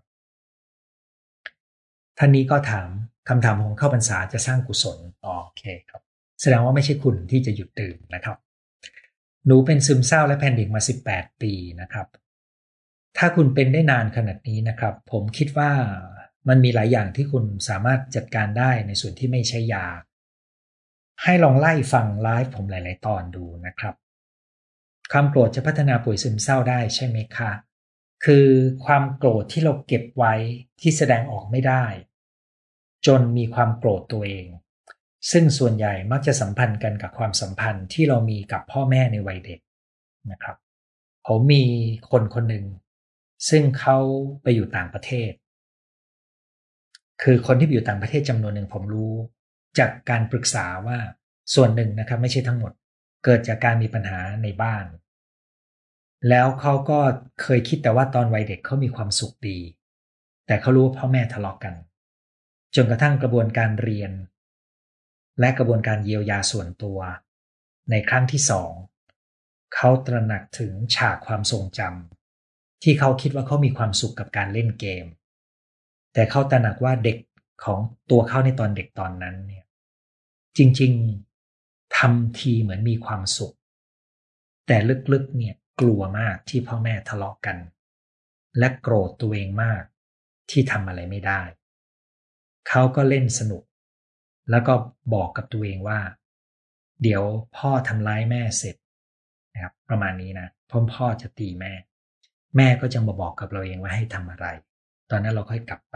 ท่านนี้ก็ถามคำถามของเข้าพรรษาจะสร้างกุศลอ๋อโอเคครับแสดงว่าไม่ใช่คุณที่จะหยุดดื่มนะครับหนูเป็นซึมเศร้าและแพนิคมาสิบแปดปีนะครับถ้าคุณเป็นได้นานขนาดนี้นะครับผมคิดว่ามันมีหลายอย่างที่คุณสามารถจัดการได้ในส่วนที่ไม่ใช่ยาให้ลองไล่ฟังไลฟ์ผมหลายๆตอนดูนะครับความโกรธจะพัฒนาป่วยซึมเศร้าได้ใช่ไหมคะคือความโกรธที่เราเก็บไว้ที่แสดงออกไม่ได้จนมีความโกรธตัวเองซึ่งส่วนใหญ่มักจะสัมพันธ์กันกับความสัมพันธ์ที่เรามีกับพ่อแม่ในวัยเด็กนะครับผมมีคนคนหนึ่งซึ่งเขาไปอยู่ต่างประเทศคือคนที่ไปอยู่ต่างประเทศจำนวนหนึ่งผมรู้จากการปรึกษาว่าส่วนหนึ่งนะครับไม่ใช่ทั้งหมดเกิดจากการมีปัญหาในบ้านแล้วเขาก็เคยคิดแต่ว่าตอนวัยเด็กเขามีความสุขดีแต่เขารู้ว่าพ่อแม่ทะเลาะกันจนกระทั่งกระบวนการเรียนและกระบวนการเยียวยาส่วนตัวในครั้งที่สองเขาตระหนักถึงฉากความทรงจำที่เขาคิดว่าเขามีความสุขกับการเล่นเกมแต่เขาตระหนักว่าเด็กของตัวเขาในตอนเด็กตอนนั้นเนี่ยจริงๆทำทีเหมือนมีความสุขแต่ลึกๆเนี่ยกลัวมากที่พ่อแม่ทะเลาะกันและโกรธตัวเองมากที่ทำอะไรไม่ได้เขาก็เล่นสนุกแล้วก็บอกกับตัวเองว่าเดี๋ยวพ่อทำร้ายแม่เสร็จนะครับประมาณนี้นะพ่อพ่อจะตีแม่แม่ก็จะมาบอกกับเราเองว่าให้ทำอะไรตอนนั้นเราค่อยกลับไป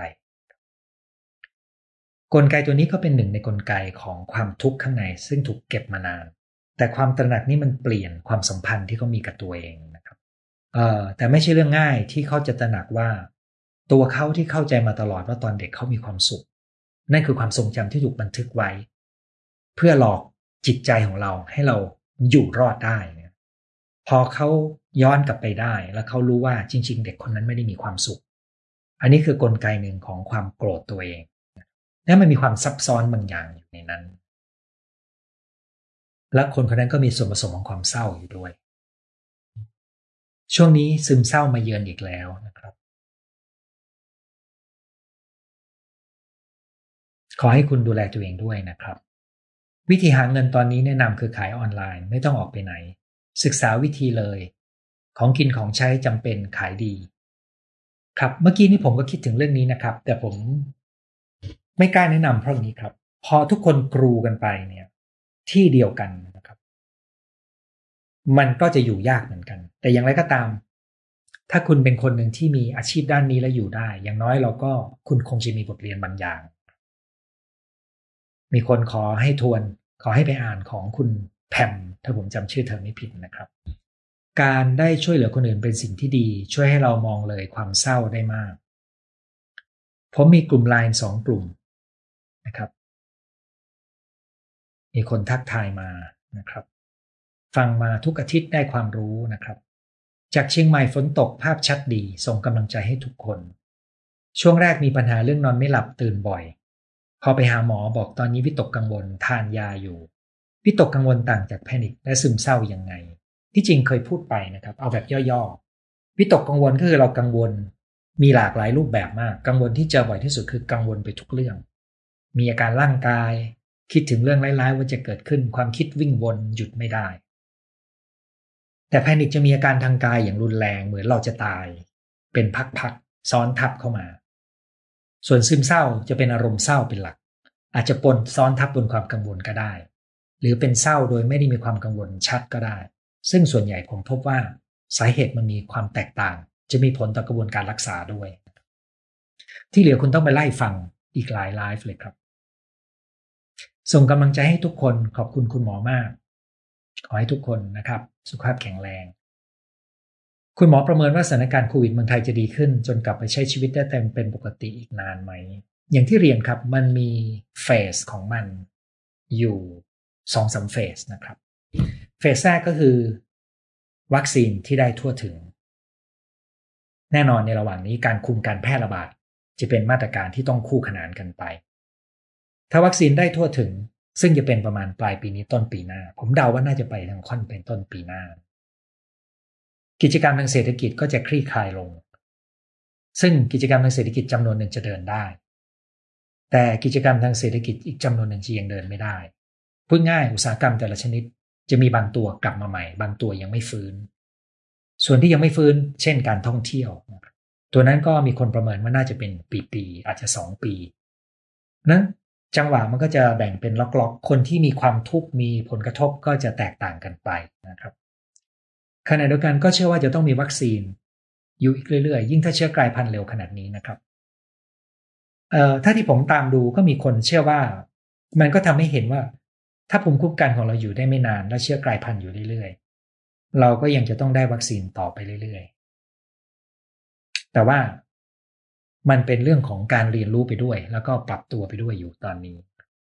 กลไกตัวนี้ก็เป็นหนึ่งในกลไกของความทุกข์ข้างในซึ่งถูกเก็บมานานแต่ความตระหนักนี้มันเปลี่ยนความสัมพันธ์ที่เขามีกับตัวเองนะครับเอ่อแต่ไม่ใช่เรื่องง่ายที่เขาจะตระหนักว่าตัวเขาที่เข้าใจมาตลอดว่าตอนเด็กเขามีความสุขนั่นคือความทรงจำที่ถูกบันทึกไว้เพื่อหลอกจิตใจของเราให้เราอยู่รอดได้เนี่ยพอเขาย้อนกลับไปได้แล้วเขารู้ว่าจริงๆเด็กคนนั้นไม่ได้มีความสุขอันนี้คือกลไกหนึ่งของความโกรธตัวเองและมันมีความซับซ้อนบางอย่างอยู่ในนั้นและคนคนนั้นก็มีส่วนผสมของความเศร้าอยู่ด้วยช่วงนี้ซึมเศร้ามาเยือนอีกแล้วนะครับขอให้คุณดูแลตัวเองด้วยนะครับวิธีหาเงินตอนนี้แนะนำคือขายออนไลน์ไม่ต้องออกไปไหนศึกษาวิธีเลยของกินของใช้จำเป็นขายดีครับเมื่อกี้นี้ผมก็คิดถึงเรื่องนี้นะครับแต่ผมไม่กล้าแนะนำเพราะนี้ครับพอทุกคนกรูกันไปเนี่ยที่เดียวกันนะครับมันก็จะอยู่ยากเหมือนกันแต่อย่างไรก็ตามถ้าคุณเป็นคนหนึ่งที่มีอาชีพด้านนี้แล้วอยู่ได้อย่างน้อยเราก็คุณคงจะมีบทเรียนบางอย่างมีคนขอให้ทวนขอให้ไปอ่านของคุณแพมถ้าผมจำชื่อเธอไม่ผิดนะครับการได้ช่วยเหลือคนอื่นเป็นสิ่งที่ดีช่วยให้เรามองเลยความเศร้าได้มากผมมีกลุ่มไลน์สองกลุ่มนะครับมีคนทักทายมานะครับฟังมาทุกอาทิตย์ได้ความรู้นะครับจากเชียงใหม่ฝนตกภาพชัดดีส่งกำลังใจให้ทุกคนช่วงแรกมีปัญหาเรื่องนอนไม่หลับตื่นบ่อยพอไปหาหมอบอกตอนนี้วิตกกังวลทานยาอยู่วิตกกังวลต่างจากแพนิคและซึมเศร้ายังไงที่จริงเคยพูดไปนะครับเอาแบบย่อๆวิตกกังวลก็คือเรากังวลมีหลากหลายรูปแบบมากกังวลที่เจอบ่อยที่สุดคือกังวลไปทุกเรื่องมีอาการร่างกายคิดถึงเรื่องร้ายๆว่าจะเกิดขึ้นความคิดวิ่งวนหยุดไม่ได้แต่แพนิคจะมีอาการทางกายอย่างรุนแรงเหมือนเราจะตายเป็นพักๆซ้อนทับเข้ามาส่วนซึมเศร้าจะเป็นอารมณ์เศร้าเป็นหลักอาจจะปนซ้อนทับบนความกังวลก็ได้หรือเป็นเศร้าโดยไม่ได้มีความกังวลชัดก็ได้ซึ่งส่วนใหญ่ผมพบว่าสาเหตุมันมีความแตกต่างจะมีผลต่อกระบวนการรักษาด้วยที่เหลือคุณต้องไปไล่ฟังอีกหลายไลฟ์เลยครับส่งกำลังใจให้ทุกคนขอบคุณคุณหมอมากขอให้ทุกคนนะครับสุขภาพแข็งแรงคุณหมอประเมินว่าสถานการณ์โควิดเมืองไทยจะดีขึ้นจนกลับไปใช้ชีวิตได้เต็มเป็นปกติอีกนานไหมอย่างที่เรียนครับมันมีเฟสของมันอยู่ สองถึงสาม เฟสนะครับเฟสแรกก็คือวัคซีนที่ได้ทั่วถึงแน่นอนในระหว่างนี้การคุมการแพร่ระบาดจะเป็นมาตรการที่ต้องคู่ขนานกันไปถ้าวัคซีนได้ทั่วถึงซึ่งจะเป็นประมาณปลายปีนี้ต้นปีหน้าผมเดาว่าน่าจะไปทางค่อนเป็นต้นปีหน้ากิจกรรมทางเศรษฐกิจก็จะคลี่คลายลงซึ่งกิจกรรมทางเศรษฐกิจจำนวนหนึ่งจะเดินได้แต่กิจกรรมทางเศรษฐกิจอีกจำนวนหนึ่งจะยังเดินไม่ได้พูดง่ายอุตสาหกรรมแต่ละชนิดจะมีบางตัวกลับมาใหม่บางตัวยังไม่ฟื้นส่วนที่ยังไม่ฟื้นเช่นการท่องเที่ยวตัวนั้นก็มีคนประเมินว่าน่าจะเป็นปีๆอาจจะสองปีนั้นจังหวะมันก็จะแบ่งเป็นล็อกๆคนที่มีความทุกข์มีผลกระทบก็จะแตกต่างกันไปนะครับขณะเดียวกันก็เชื่อว่าจะต้องมีวัคซีนอยู่อีกเรื่อยๆยิ่งถ้าเชื้อกลายพันธุ์เร็วขนาดนี้นะครับเอ่อถ้าที่ผมตามดูก็มีคนเชื่อว่ามันก็ทำให้เห็นว่าถ้าภูมิคุ้มกันของเราอยู่ได้ไม่นานและเชื้อกลายพันธุ์อยู่เรื่อยๆเราก็ยังจะต้องได้วัคซีนต่อไปเรื่อยๆแต่ว่ามันเป็นเรื่องของการเรียนรู้ไปด้วยแล้วก็ปรับตัวไปด้วยอยู่ตอนนี้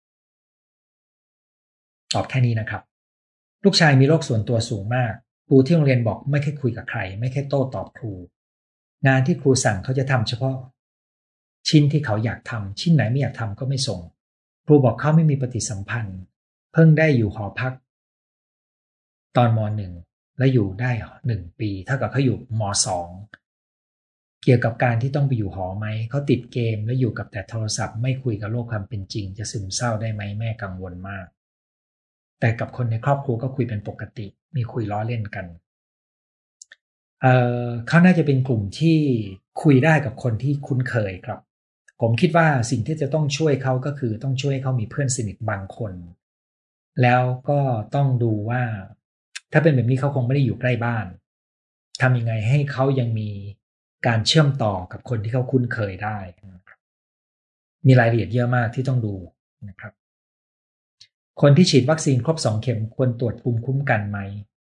ตอบแค่นี้นะครับลูกชายมีโรคส่วนตัวสูงมากครูที่โรงเรียนบอกไม่แค่คุยกับใครไม่แค่โต้ตอบครูงานที่ครูสั่งเขาจะทำเฉพาะชิ้นที่เขาอยากทำชิ้นไหนไม่อยากทำก็ไม่ส่งครูบอกเขาไม่มีปฏิสัมพันธ์เพิ่งได้อยู่หอพักตอนม.หนึ่งและอยู่ได้หนึ่งปีเท่ากับเขาอยู่ม.สองเกี่ยวกับการที่ต้องไปอยู่หอไหมเขาติดเกมและอยู่กับแต่โทรศัพท์ไม่คุยกับโลกความเป็นจริงจะซึมเศร้าได้ไหมแม่กังวลมากแต่กับคนในครอบครัวก็คุยเป็นปกติมีคุยล้อเล่นกันเอ่อเขาน่าจะเป็นกลุ่มที่คุยได้กับคนที่คุ้นเคยครับผมคิดว่าสิ่งที่จะต้องช่วยเขาก็คือต้องช่วยให้เขามีเพื่อนสนิทบางคนแล้วก็ต้องดูว่าถ้าเป็นแบบนี้เขาคงไม่ได้อยู่ใกล้บ้านทำยังไงให้เขายังมีการเชื่อมต่อกับคนที่เขาคุ้นเคยได้มีรายละเอียดเยอะมากที่ต้องดูนะครับคนที่ฉีดวัคซีนครบสองเข็มควรตรวจภูมิคุ้มกันไหม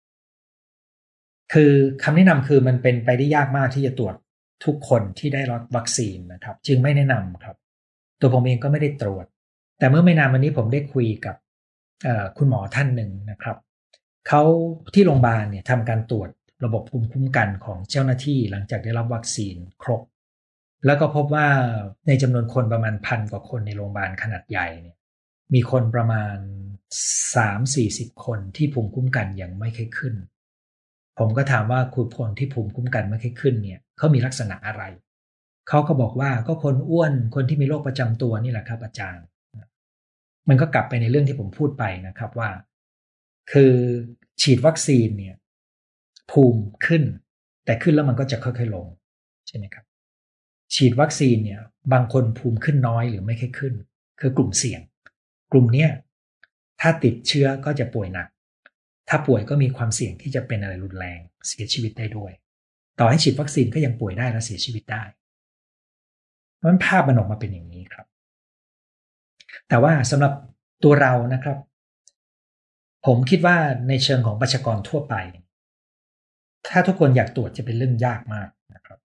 คือคำแนะนำคือมันเป็นไปได้ยากมากที่จะตรวจทุกคนที่ได้รับวัคซีนนะครับจึงไม่แนะนำครับตัวผมเองก็ไม่ได้ตรวจแต่เมื่อไม่นานมานี้ผมได้คุยกับคุณหมอท่านหนึ่งนะครับเขาที่โรงพยาบาลเนี่ยทำการตรวจระบบภูมิคุ้มกันของเจ้าหน้าที่หลังจากได้รับวัคซีนครบแล้วก็พบว่าในจำนวนคนประมาณพันกว่าคนในโรงพยาบาลขนาดใหญ่เนี่ยมีคนประมาณ สามถึงสี่สิบ คนที่ภูมิคุ้มกันยังไม่ค่อยขึ้นผมก็ถามว่าคุณคนที่ภูมิคุ้มกันไม่ค่อยขึ้นเนี่ยเขามีลักษณะอะไรเขาก็บอกว่าก็คนอ้วนคนที่มีโรคประจำตัวนี่แหละครับอาจารย์มันก็กลับไปในเรื่องที่ผมพูดไปนะครับว่าคือฉีดวัคซีนเนี่ยภูมิขึ้นแต่ขึ้นแล้วมันก็จะค่อยๆลงใช่ไหมครับฉีดวัคซีนเนี่ยบางคนภูมิขึ้นน้อยหรือไม่ค่อยขึ้นคือกลุ่มเสี่ยงกลุ่มเนี้ยถ้าติดเชื้อก็จะป่วยหนักถ้าป่วยก็มีความเสี่ยงที่จะเป็นอะไรรุนแรงเสียชีวิตได้ด้วยต่อให้ฉีดวัคซีนก็ยังป่วยได้และเสียชีวิตได้เพราะฉะนั้นภาพมันออกมาเป็นอย่างนี้ครับแต่ว่าสำหรับตัวเรานะครับผมคิดว่าในเชิงของประชากรทั่วไปถ้าทุกคนอยากตรวจจะเป็นเรื่องยากมากนะครับ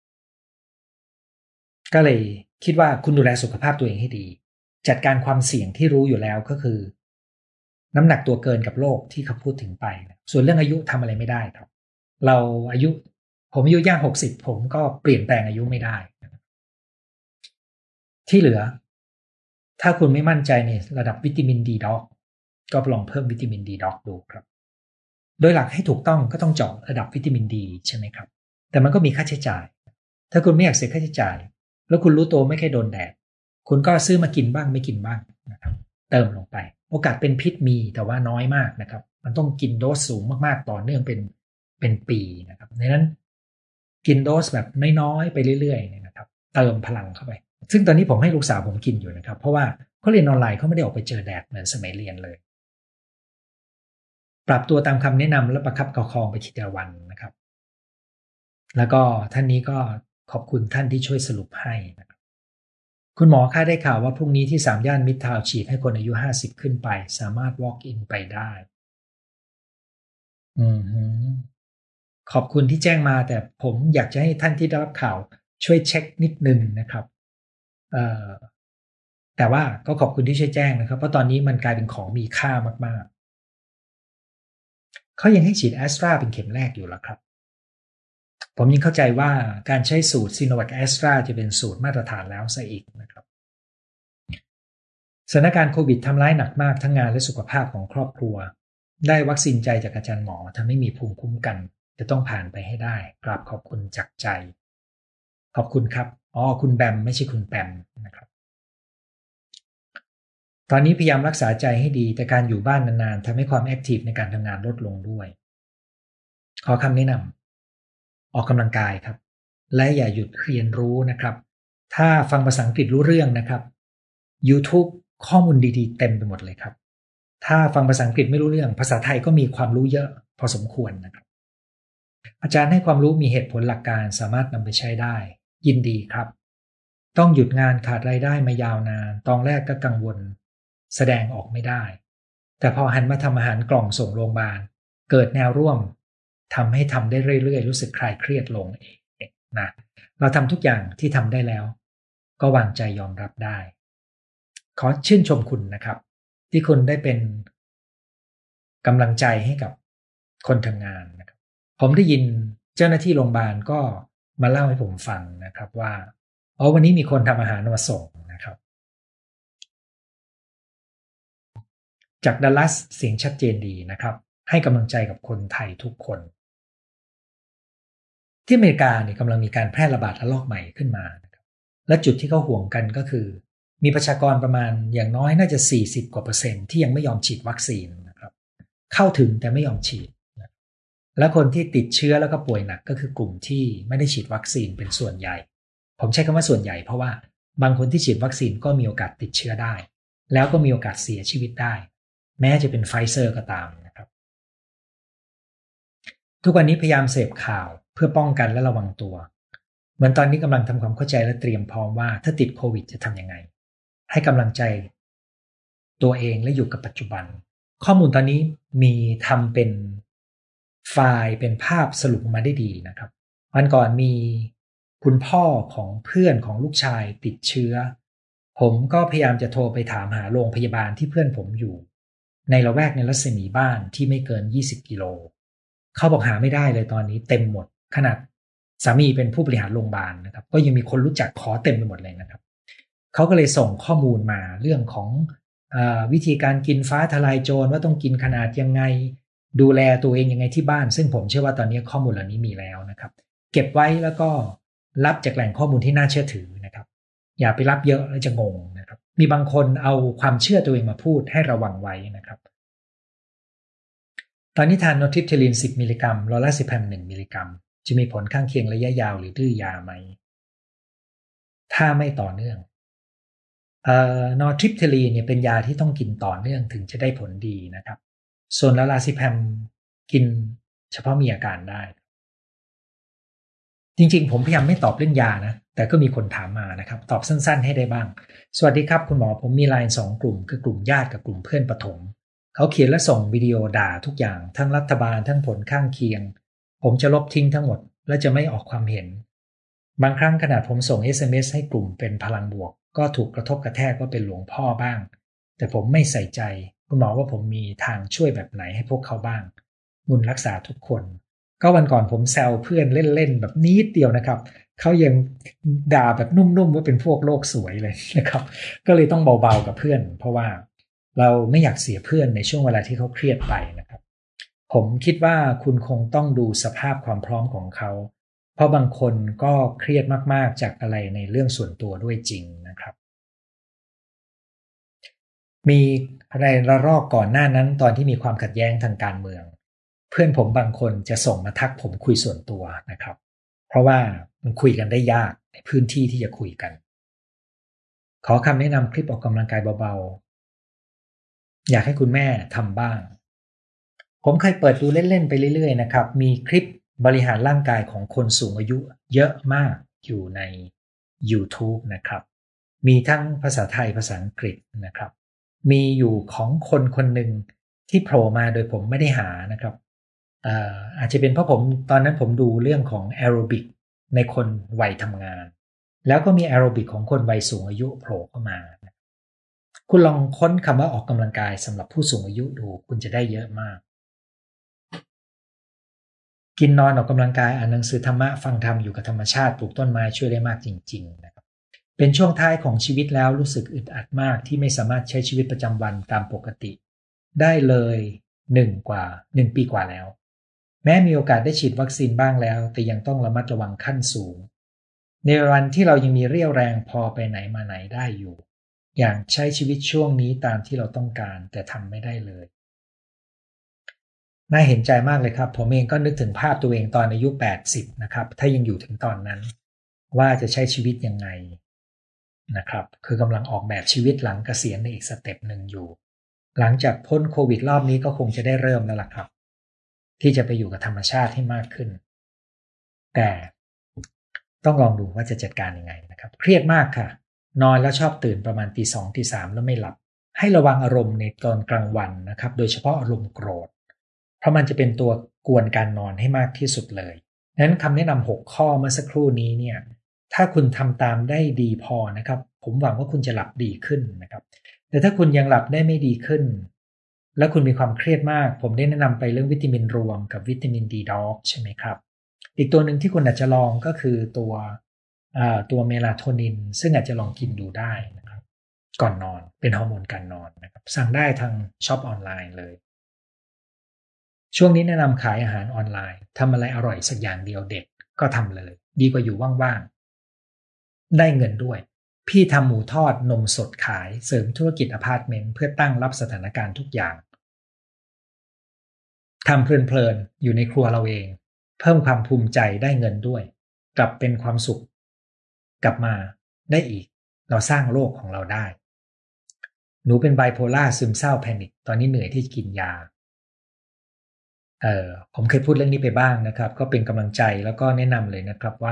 ก็เลยคิดว่าคุณดูแลสุขภาพตัวเองให้ดีจัดการความเสี่ยงที่รู้อยู่แล้วก็คือน้ำหนักตัวเกินกับโรคที่เขาพูดถึงไปส่วนเรื่องอายุทำอะไรไม่ได้ครับเราอายุผมอายุย่างหกสิบผมก็เปลี่ยนแปลงอายุไม่ได้ที่เหลือถ้าคุณไม่มั่นใจในระดับวิตามินดีด็อกก็ลองเพิ่มวิตามินดีด็อกดูครับโดยหลักให้ถูกต้องก็ต้องเจาะระดับวิตามินดีใช่ไหมครับแต่มันก็มีค่าใช้จ่ายถ้าคุณไม่อยากเสียค่าใช้จ่ายแล้วคุณรู้ตัวไม่เคยโดนแดดคุณก็ซื้อมากินบ้างไม่กินบ้างนะครับเติมลงไปโอกาสเป็นพิษมีแต่ว่าน้อยมากนะครับมันต้องกินโดสสูงมากๆต่อเนื่องเป็นเป็นปีนะครับในนั้นกินโดสแบบน้อยๆไปเรื่อยๆนะครับเติมพลังเข้าไปซึ่งตอนนี้ผมให้ลูกสาวผมกินอยู่นะครับเพราะว่าเขาเรียนออนไลน์เขาไม่ได้ออกไปเจอแดดเหมือนสมัยเรียนเลยปรับตัวตามคำแนะนำและประคับประคองไปทีละวันนะครับแล้วก็ท่านนี้ก็ขอบคุณท่านที่ช่วยสรุปให้นะครับคุณหมอค่าได้ข่าวว่าพรุ่งนี้ที่สามย่านมิตรทาวน์ฉีดให้คนอายุห้าสิบขึ้นไปสามารถ walk in ไปได้อืมขอบคุณที่แจ้งมาแต่ผมอยากจะให้ท่านที่ได้รับข่าวช่วยเช็คนิดนึงนะครับเอ่อแต่ว่าก็ขอบคุณที่ช่วยแจ้งนะครับเพราะตอนนี้มันกลายเป็นของมีค่ามากๆเขายังให้ฉีดแอสตราเป็นเข็มแรกอยู่แล้วครับผมยังเข้าใจว่าการใช้สูตร Sinovac Astra จะเป็นสูตรมาตรฐานแล้วซะอีกนะครับสถานการณ์โควิดทำร้ายหนักมากทั้งงานและสุขภาพของครอบครัวได้วัคซีนใจจากอาจารย์หมอทำให้มีภูมิคุ้มกันจะต้องผ่านไปให้ได้กราบขอบคุณจากใจขอบคุณครับอ๋อคุณแบมไม่ใช่คุณแปมนะครับตอนนี้พยายามรักษาใจให้ดีแต่การอยู่บ้านนานๆทำให้ความแอคทีฟในการทำงานลดลงด้วยขอคำแนะนำออกกำลังกายครับและอย่าหยุดเรียนรู้นะครับถ้าฟังภาษาอังกฤษรู้เรื่องนะครับ YouTube ข้อมูลดีๆเต็มไปหมดเลยครับถ้าฟังภาษาอังกฤษไม่รู้เรื่องภาษาไทยก็มีความรู้เยอะพอสมควรนะครับอาจารย์ให้ความรู้มีเหตุผลหลักการสามารถนำไปใช้ได้ยินดีครับต้องหยุดงานขาดรายได้มายาวนานตอนแรกก็กังวลแสดงออกไม่ได้แต่พอหันมาทำอาหารกล่องส่งโรงพยาบาลเกิดแนวร่วมทำให้ทำได้เรื่อยๆรู้สึกคลายเครียดลงเองนะเราทำทุกอย่างที่ทำได้แล้วก็วางใจยอมรับได้ขอชื่นชมคุณนะครับที่คุณได้เป็นกำลังใจให้กับคนทำงานนะครับผมได้ยินเจ้าหน้าที่โรงพยาบาลก็มาเล่าให้ผมฟังนะครับว่าอ๋อวันนี้มีคนทำอาหารมาส่งนะครับจากดัลลัสเสียงชัดเจนดีนะครับให้กำลังใจกับคนไทยทุกคนที่อเมริกาเนี่ยกำลังมีการแพร่ระบาดระลอกใหม่ขึ้นมานะครับและจุดที่เขาห่วงกันก็คือมีประชากรประมาณอย่างน้อยน่าจะสี่สิบกว่าเปอร์เซ็นต์ที่ยังไม่ยอมฉีดวัคซีนนะครับเข้าถึงแต่ไม่ยอมฉีดและคนที่ติดเชื้อแล้วก็ป่วยหนักก็คือกลุ่มที่ไม่ได้ฉีดวัคซีนเป็นส่วนใหญ่ผมใช้คำว่าส่วนใหญ่เพราะว่าบางคนที่ฉีดวัคซีนก็มีโอกาสติดเชื้อได้แล้วก็มีโอกาสเสียชีวิตได้แม้จะเป็นไฟเซอร์ก็ตามนะครับทุกวันนี้พยายามเสพข่าวพื่อป้องกันและระวังตัวเหมือนตอนนี้กำลังทำความเข้าใจและเตรียมพร้อมว่าถ้าติดโควิดจะทำยังไงให้กำลังใจตัวเองและอยู่กับปัจจุบันข้อมูลตอนนี้มีทำเป็นไฟล์เป็นภาพสรุปมาได้ดีนะครับวันก่อนมีคุณพ่อของเพื่อนของลูกชายติดเชื้อผมก็พยายามจะโทรไปถามหาโรงพยาบาลที่เพื่อนผมอยู่ในละแวกในรัศมีบ้านที่ไม่เกินยี่สิบกิโลเขาบอกหาไม่ได้เลยตอนนี้เต็มหมดขนาดสามีเป็นผู้บริหารโรงพยาบาลนะครับก็ยังมีคนรู้จักขอเต็มไปหมดเลยนะครับเขาก็เลยส่งข้อมูลมาเรื่องของวิธีการกินฟ้าทลายโจรว่าต้องกินขนาดยังไงดูแลตัวเองยังไงที่บ้านซึ่งผมเชื่อว่าตอนนี้ข้อมูลเหล่านี้มีแล้วนะครับเก็บไว้แล้วก็รับจากแหล่งข้อมูลที่น่าเชื่อถือนะครับอย่าไปรับเยอะแล้วจะงงนะครับมีบางคนเอาความเชื่อตัวเองมาพูดให้ระวังไว้นะครับตอนนี้ทานโนทริปเทลินสิบมิลลิกรัมลอราซิแพมหนึ่งมิลลิกรัมจะมีผลข้างเคียงระยะยาวหรือดื้อยาไหมถ้าไม่ต่อเนื่องเอ่อนอร์ทริปเทลีนเนี่ยเป็นยาที่ต้องกินต่อเนื่องถึงจะได้ผลดีนะครับส่วนลาลาซิแพมกินเฉพาะมีอาการได้จริงๆผมพยายามไม่ตอบเรื่องยานะแต่ก็มีคนถามมานะครับตอบสั้นๆให้ได้บ้างสวัสดีครับคุณหมอผมมีไลน์สองกลุ่มคือกลุ่มญาติกับกลุ่มเพื่อนปฐมเขาเขียนและส่งวิดีโอด่าทุกอย่างทั้งรัฐบาลทั้งผลข้างเคียงผมจะลบทิ้งทั้งหมดและจะไม่ออกความเห็นบางครั้งขนาดผมส่ง เอส เอ็ม เอส ให้กลุ่มเป็นพลังบวกก็ถูกกระทบกระแทกว่าเป็นหลวงพ่อบ้างแต่ผมไม่ใส่ใจคุณหมอว่าผมมีทางช่วยแบบไหนให้พวกเขาบ้างบุญรักษาทุกคนก็วันก่อนผมแซวเพื่อนเล่นๆแบบนิดเดียวนะครับเขายังด่าแบบนุ่มๆว่าเป็นพวกโลกสวยเลยนะครับก็เลยต้องเบาๆกับเพื่อนเพราะว่าเราไม่อยากเสียเพื่อนในช่วงเวลาที่เขาเครียดไปนะครับผมคิดว่าคุณคงต้องดูสภาพความพร้อมของเขาเพราะบางคนก็เครียดมากๆจากอะไรในเรื่องส่วนตัวด้วยจริงนะครับมีอะไรระลอกก่อนหน้านั้นตอนที่มีความขัดแย้งทางการเมืองเพื่อนผมบางคนจะส่งมาทักผมคุยส่วนตัวนะครับเพราะว่ามันคุยกันได้ยากในพื้นที่ที่จะคุยกันขอคำแนะนำคลิปออกกำลังกายเบาๆอยากให้คุณแม่ทำบ้างผมเคยเปิดดูเล่นๆไปเรื่อยๆนะครับมีคลิปบริหารร่างกายของคนสูงอายุเยอะมากอยู่ใน YouTube นะครับมีทั้งภาษาไทยภาษาอังกฤษนะครับมีอยู่ของคนคนหนึ่งที่โผล่มาโดยผมไม่ได้หานะครับอ่าอาจจะเป็นเพราะผมตอนนั้นผมดูเรื่องของแอโรบิกในคนวัยทำงานแล้วก็มีแอโรบิกของคนวัยสูงอายุโผล่เข้ามาคุณลองค้นคำว่าออกกำลังกายสำหรับผู้สูงอายุดูคุณจะได้เยอะมากกินนอนออกกำลังกายอ่านหนังสือธรรมะฟังธรรมอยู่กับธรรมชาติปลูกต้นไม้ช่วยได้มากจริงๆนะครับเป็นช่วงท้ายของชีวิตแล้วรู้สึกอึดอัดมากที่ไม่สามารถใช้ชีวิตประจำวันตามปกติได้เลยหนึ่งกว่าหนึ่งปีกว่าแล้วแม้มีโอกาสได้ฉีดวัคซีนบ้างแล้วแต่ยังต้องระมัดระวังขั้นสูงในวันที่เรายังมีเรี่ยวแรงพอไปไหนมาไหนได้อยู่อย่างใช้ชีวิตช่วงนี้ตามที่เราต้องการแต่ทำไม่ได้เลยน่าเห็นใจมากเลยครับผมเองก็นึกถึงภาพตัวเองตอนอายุแปดสิบนะครับถ้ายังอยู่ถึงตอนนั้นว่าจะใช้ชีวิตยังไงนะครับคือกำลังออกแบบชีวิตหลังเกษียณในอีกสเต็ปหนึ่งอยู่หลังจากพ้นโควิดรอบนี้ก็คงจะได้เริ่มแล้วล่ะครับที่จะไปอยู่กับธรรมชาติให้มากขึ้นแต่ต้องลองดูว่าจะจัดการยังไงนะครับเครียดมากค่ะนอนแล้วชอบตื่นประมาณตีสองตีสามแล้วไม่หลับให้ระวังอารมณ์ในตอนกลางวันนะครับโดยเฉพาะอารมณ์โกรธเพราะมันจะเป็นตัวกวนการนอนให้มากที่สุดเลยนั้นคำแนะนำหกข้อเมื่อสักครู่นี้เนี่ยถ้าคุณทำตามได้ดีพอนะครับผมหวังว่าคุณจะหลับดีขึ้นนะครับแต่ถ้าคุณยังหลับได้ไม่ดีขึ้นและคุณมีความเครียดมากผมได้แนะนำไปเรื่องวิตามินรวมกับวิตามินดีด็อกใช่ไหมครับอีกตัวหนึ่งที่คุณอาจจะลองก็คือตัวตัวเมลาโทนินซึ่งอาจจะลองกินดูได้นะครับก่อนนอนเป็นฮอร์โมนการนอนนะครับสั่งได้ทางช็อปออนไลน์เลยช่วงนี้แนะนำขายอาหารออนไลน์ทำอะไรอร่อยสักอย่างเดียวเด็ดก็ทำเลยดีกว่าอยู่ว่างๆได้เงินด้วยพี่ทำหมูทอดนมสดขายเสริมธุรกิจอพาร์ตเมนต์เพื่อตั้งรับสถานการณ์ทุกอย่างทำเพลินๆอยู่ในครัวเราเองเพิ่มความภูมิใจได้เงินด้วยกลับเป็นความสุขกลับมาได้อีกเราสร้างโลกของเราได้หนูเป็นไบโพล่าซึมเศร้าแพนิคตอนนี้เหนื่อยที่กินยาเอ่อผมเคยพูดเรื่องนี้ไปบ้างนะครับก็เป็นกำลังใจแล้วก็แนะนำเลยนะครับว่า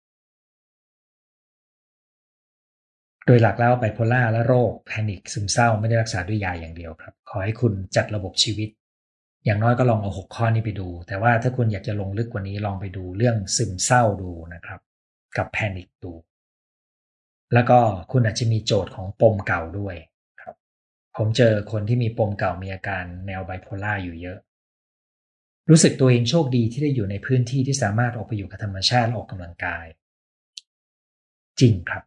โดยหลักแล้วไบโพล่าและโรคแพนิคซึมเศร้าไม่ได้รักษาด้วยยาอย่างเดียวครับขอให้คุณจัดระบบชีวิตอย่างน้อยก็ลองเอาหกข้อนี้ไปดูแต่ว่าถ้าคุณอยากจะลงลึกกว่านี้ลองไปดูเรื่องซึมเศร้าดูนะครับกับแพนิคดูแล้วก็คุณอาจจะมีโจทย์ของปมเก่าด้วยครับผมเจอคนที่มีปมเก่ามีอาการแนวไบโพล่าอยู่เยอะรู้สึกตัวเองโชคดีที่ได้อยู่ในพื้นที่ที่สามารถออกไปอยู่กับธรรมชาติและออกกำลังกายจริงครับ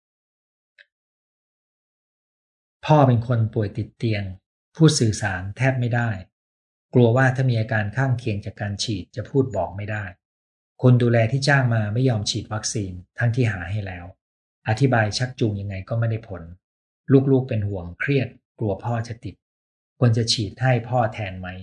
พ่อเป็นคนป่วยติดเตียงพูดสื่อสารแทบไม่ได้กลัวว่าถ้ามีอาการข้างเคียงจากการฉีดจะพูดบอกไม่ได้คนดูแลที่จ้างมาไม่ยอมฉีดวัคซีนทั้งที่หาให้แล้วอธิบายชักจูงยังไงก็ไม่ได้ผลลูกๆเป็นห่วงเครียดกลัวพ่อจะติดควรจะฉีดให้พ่อแทนไหม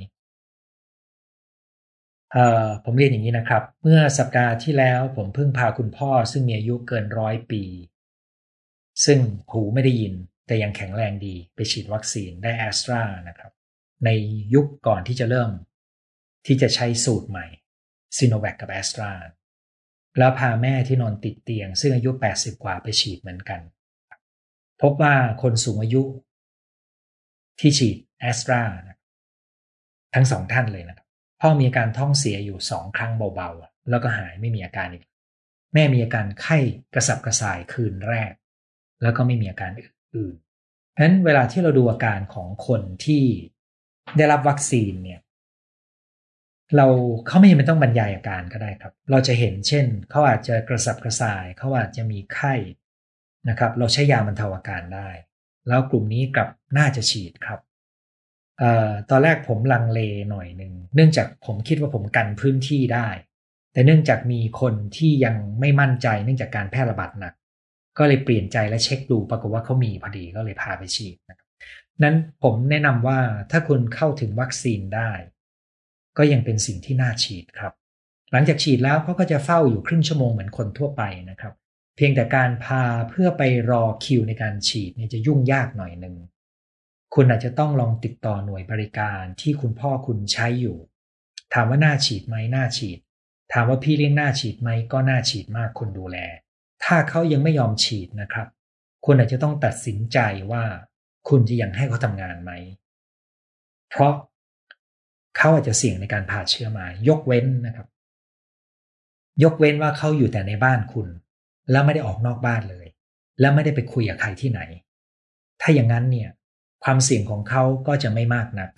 เอ่อผมเรียนอย่างนี้นะครับเมื่อสัปดาห์ที่แล้วผมเพิ่งพาคุณพ่อซึ่งมีอายุเกินร้อยปีซึ่งหูไม่ได้ยินแต่ยังแข็งแรงดีไปฉีดวัคซีนได้แอสตรานะครับในยุคก่อนที่จะเริ่มที่จะใช้สูตรใหม่ซีโนแวคกับแอสตราแล้วพาแม่ที่นอนติดเตียงซึ่งอายุแปดสิบกว่าไปฉีดเหมือนกันพบว่าคนสูงอายุที่ฉีดแอสตราทั้งสองท่านเลยนะครับพ่อมีอาการท้องเสียอยู่สองครั้งเบาๆแล้วก็หายไม่มีอาการอีกแม่มีอาการไข้กระสับกระส่ายคืนแรกแล้วก็ไม่มีอาการอื่นๆเพราะฉะนั้นเวลาที่เราดูอาการของคนที่ได้รับวัคซีนเนี่ยเราเขาไม่จำเป็นต้องบรรยายอาการก็ได้ครับเราจะเห็นเช่นเขาอาจจะกระสับกระส่ายเขาอาจจะมีไข้นะครับเราใช้ยาบรรเทาอาการได้แล้วกลุ่มนี้กลับน่าจะฉีดครับ เอ่อตอนแรกผมลังเลหน่อยหนึ่งเนื่องจากผมคิดว่าผมกันพื้นที่ได้แต่เนื่องจากมีคนที่ยังไม่มั่นใจเนื่องจากการแพร่ระบาดหนักก็เลยเปลี่ยนใจและเช็คดูปรากฏว่าเขามีพอดีก็เลยพาไปฉีดนะครับนั้นผมแนะนำว่าถ้าคุณเข้าถึงวัคซีนได้ก็ยังเป็นสิ่งที่น่าฉีดครับหลังจากฉีดแล้วเขาก็จะเฝ้าอยู่ครึ่งชั่วโมงเหมือนคนทั่วไปนะครับเพียงแต่การพาเพื่อไปรอคิวในการฉีดเนี่ยจะยุ่งยากหน่อยหนึ่ง คุณอาจจะต้องลองติดต่อหน่วยบริการที่คุณพ่อคุณใช้อยู่ถามว่าน่าฉีดไหมน่าฉีดถามว่าพี่เลี้ยงน่าฉีดไหมก็น่าฉีดมากคนดูแลถ้าเขายังไม่ยอมฉีดนะครับคุณอาจจะต้องตัดสินใจว่าคุณจะยังให้เขาทำงานไหมเพราะเขาอาจจะเสี่ยงในการพาเชื้อมายกเว้นนะครับยกเว้นว่าเขาอยู่แต่ในบ้านคุณแล้วไม่ได้ออกนอกบ้านเลยแล้วไม่ได้ไปคุยกับใครที่ไหนถ้าอย่างนั้นเนี่ยความเสี่ยงของเขาก็จะไม่มากนัก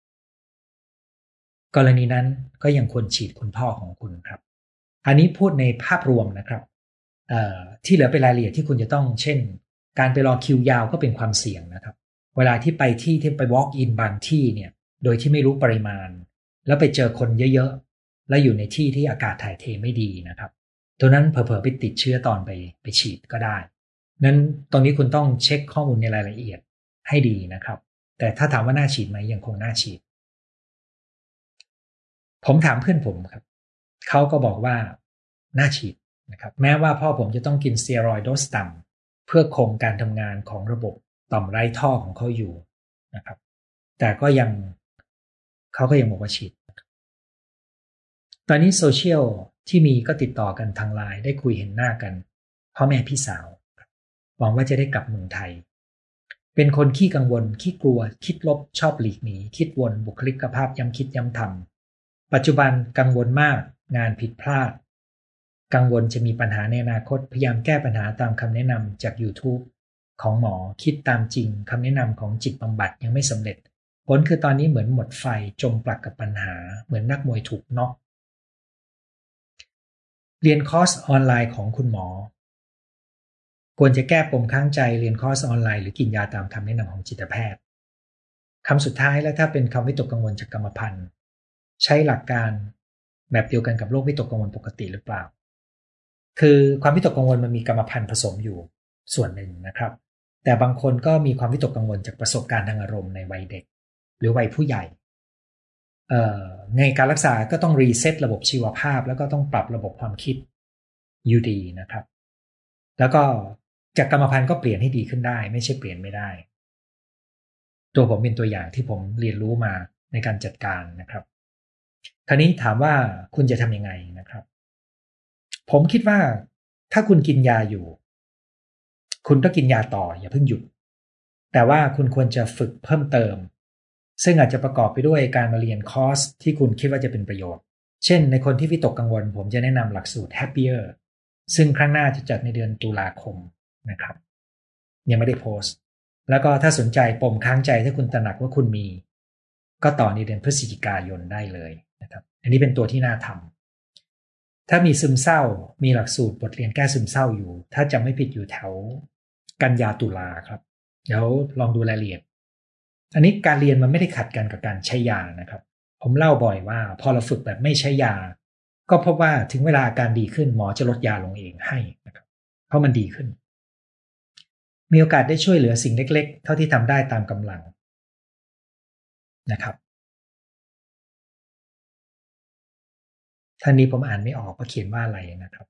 กรณีนั้นก็ยังควรฉีดคุณพ่อของคุณครับอันนี้พูดในภาพรวมนะครับที่เหลือเป็นรายละเอียดที่คุณจะต้องเช่นการไปรอคิวยาวก็เป็นความเสี่ยงนะครับเวลาที่ไปที่ที่ไป walk in บางที่เนี่ยโดยที่ไม่รู้ปริมาณแล้วไปเจอคนเยอะๆแล้วอยู่ในที่ที่อากาศถ่ายเทไม่ดีนะครับตัวนั้นเผลอๆไปติดเชื้อตอนไปไปฉีดก็ได้นั้นตรงนี้คุณต้องเช็คข้อมูลในรายละเอียดให้ดีนะครับแต่ถ้าถามว่าน่าฉีดไหมยังคงน่าฉีด ผมถามเพื่อนผมครับเขาก็บอกว่าน่าฉีดนะครับแม้ว่าพ่อผมจะต้องกินสเตียรอยด์โดสต่ำเพื่อคงการทำงานของระบบต่อมไร้ท่อของเขาอยู่นะครับแต่ก็ยังเขาก็ยังบอกว่าฉีดตอนนี้โซเชียลที่มีก็ติดต่อกันทางไลน์ได้คุยเห็นหน้ากันพ่อแม่พี่สาวหวังว่าจะได้กลับเมืองไทยเป็นคนขี้กังวลขี้กลัวคิดลบชอบหลีกหนีคิดวนบุคลิกภาพย้ำคิดย้ำทำปัจจุบันกังวลมากงานผิดพลาดกังวลจะมีปัญหาในอนาคตพยายามแก้ปัญหาตามคำแนะนำจาก YouTube ของหมอคิดตามจริงคำแนะนำของจิตบำบัดยังไม่สำเร็จผลคือตอนนี้เหมือนหมดไฟจมปลักกับปัญหาเหมือนนักมวยถูกน็อกเรียนคอร์สออนไลน์ของคุณหมอควรจะแก้ปมข้างใจเรียนคอร์สออนไลน์หรือกินยาตามคำแนะนำของจิตแพทย์คำสุดท้ายแล้วถ้าเป็นคำวิตกกังวลจากกรรมพันธุ์ใช้หลักการแบบเดียวกันกับโรควิตกกังวลปกติหรือเปล่าคือความวิตกกังวลมันมีกรรมพันธุ์ผสมอยู่ส่วนหนึ่งนะครับแต่บางคนก็มีความวิตกกังวลจากประสบการณ์ทางอารมณ์ในวัยเด็กหรือวัยผู้ใหญ่ในการรักษาก็ต้องรีเซ็ตระบบชีวภาพแล้วก็ต้องปรับระบบความคิดอยู่ดีนะครับแล้วก็จากกรรมพันธุ์ก็เปลี่ยนให้ดีขึ้นได้ไม่ใช่เปลี่ยนไม่ได้ตัวผมเป็นตัวอย่างที่ผมเรียนรู้มาในการจัดการนะครับคราวนี้ถามว่าคุณจะทำยังไงนะครับผมคิดว่าถ้าคุณกินยาอยู่คุณก็กินยาต่ออย่าเพิ่งหยุดแต่ว่าคุณควรจะฝึกเพิ่มเติมซึ่งอาจจะประกอบไปด้วยการมาเรียนคอร์สที่คุณคิดว่าจะเป็นประโยชน์เช่นในคนที่วิตกกังวลผมจะแนะนำหลักสูตร Happier ซึ่งครั้งหน้าจะจัดในเดือนตุลาคมนะครับยังไม่ได้โพสต์แล้วก็ถ้าสนใจปมค้างใจถ้าคุณตระหนักว่าคุณมีก็ต่อในเดือนพฤศจิกายนได้เลยนะครับอันนี้เป็นตัวที่น่าทำถ้ามีซึมเศร้ามีหลักสูตรบทเรียนแก้ซึมเศร้าอยู่ถ้าจำไม่ผิดอยู่แถวกันยาตุลาครับเดี๋ยวลองดูรายละเอียดอันนี้การเรียนมันไม่ได้ขัดกันกับการใช้ยานะครับผมเล่าบ่อยว่าพอเราฝึกแบบไม่ใช้ยาก็พบว่าถึงเวลาอาการดีขึ้นหมอจะลดยาลงเองให้นะครับเพราะมันดีขึ้นมีโอกาสได้ช่วยเหลือสิ่งเล็กๆเท่าที่ทำได้ตามกำลังนะครับท่านนี้ผมอ่านไม่ออกว่าเขียนว่าอะไรนะครับ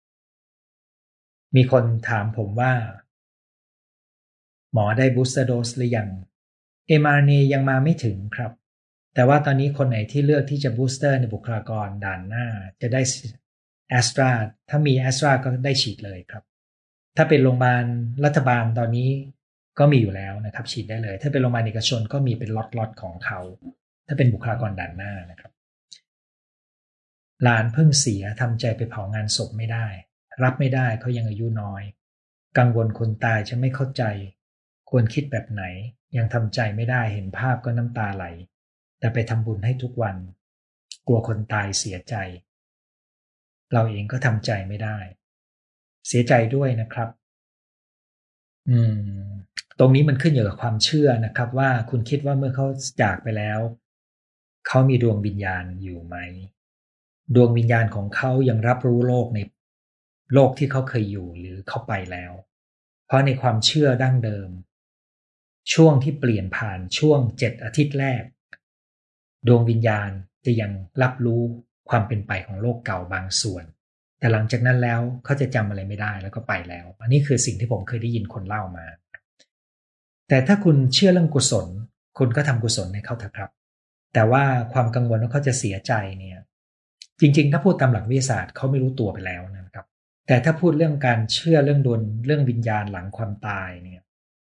มีคนถามผมว่าหมอได้บูสเตอร์โดสหรือยัง เอ็ม อาร์ เอ็น เอ ยังมาไม่ถึงครับแต่ว่าตอนนี้คนไหนที่เลือกที่จะบูสเตอร์ในบุคลากรด่านหน้าจะได้แอสตราถ้ามีแอสตราก็ได้ฉีดเลยครับถ้าเป็นโรงพยาบาลรัฐบาลตอนนี้ก็มีอยู่แล้วนะครับฉีดได้เลยถ้าเป็นโรงพยาบาลเอกชนก็มีเป็นล็อตๆของเขาถ้าเป็นบุคลากรด่านหน้านะครับหลานเพิ่งเสียทำใจไปเผางานศพไม่ได้รับไม่ได้เขายังอายุน้อยกังวลคนตายจะไม่เข้าใจควรคิดแบบไหนยังทำใจไม่ได้เห็นภาพก็น้ำตาไหลแต่ไปทำบุญให้ทุกวันกลัวคนตายเสียใจเราเองก็ทำใจไม่ได้เสียใจด้วยนะครับอืมตรงนี้มันขึ้นอยู่กับความเชื่อนะครับว่าคุณคิดว่าเมื่อเขาจากไปแล้วเขามีดวงวิญญาณอยู่ไหมดวงวิญญาณของเขายังรับรู้โลกในโลกที่เขาเคยอยู่หรือเขาไปแล้วเพราะในความเชื่อดั้งเดิมช่วงที่เปลี่ยนผ่านช่วงเจ็ดอาทิตย์แรกดวงวิญญาณจะยังรับรู้ความเป็นไปของโลกเก่าบางส่วนแต่หลังจากนั้นแล้วเขาจะจำอะไรไม่ได้แล้วก็ไปแล้วอันนี้คือสิ่งที่ผมเคยได้ยินคนเล่ามาแต่ถ้าคุณเชื่อเรื่องกุศลคุณก็ทำกุศลให้เขาเถอะครับแต่ว่าความกังวลว่าเขาจะเสียใจเนี่ยจริงๆถ้าพูดตามหลักวิทยาศาสตร์เขาไม่รู้ตัวไปแล้วนะครับแต่ถ้าพูดเรื่องการเชื่อเรื่องดวงเรื่องวิญญาณหลังความตายเนี่ย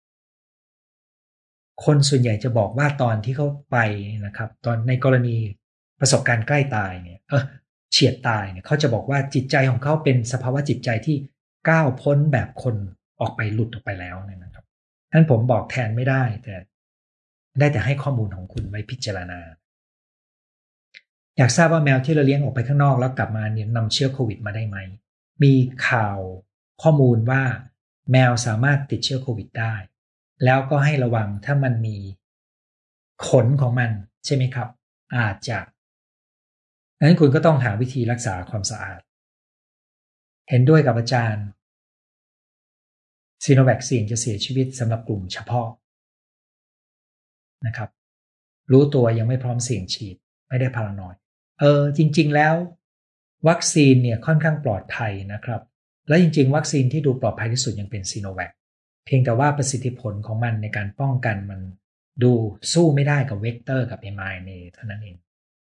คนส่วนใหญ่จะบอกว่าตอนที่เขาไปนะครับตอนในกรณีประสบการณ์ใกล้ตายเนี่ยเออเฉียดตายเนี่ยเขาจะบอกว่าจิตใจของเขาเป็นสภาวะจิตใจที่ก้าวพ้นแบบคนออกไปหลุดออกไปแล้วเนี่ยนะครับนั้นผมบอกแทนไม่ได้แต่ได้แต่ให้ข้อมูลของคุณไว้พิจารณาอยากทราบว่าแมวที่เราเลี้ยงออกไปข้างนอกแล้วกลับมาเนี่ยนำเชื้อโควิดมาได้ไหมมีข่าวข้อมูลว่าแมวสามารถติดเชื้อโควิดได้แล้วก็ให้ระวังถ้ามันมีขนของมันใช่ไหมครับอาจจะดังนั้นคุณก็ต้องหาวิธีรักษาความสะอาดเห็นด้วยกับอาจารย์ซีโนแวคเสี่ยงจะเสียชีวิตสำหรับกลุ่มเฉพาะนะครับรู้ตัวยังไม่พร้อมเสี่ยงฉีดไม่ได้พารานอยเออจริงๆแล้ววัคซีนเนี่ยค่อนข้างปลอดภัยนะครับและจริงๆวัคซีนที่ดูปลอดภัยที่สุดยังเป็นซีโนแวคเพียงแต่ว่าประสิทธิผลของมันในการป้องกันมันดูสู้ไม่ได้กับเวกเตอร์กับ เอ็ม อาร์ เอ็น เอ เท่านั้นเอง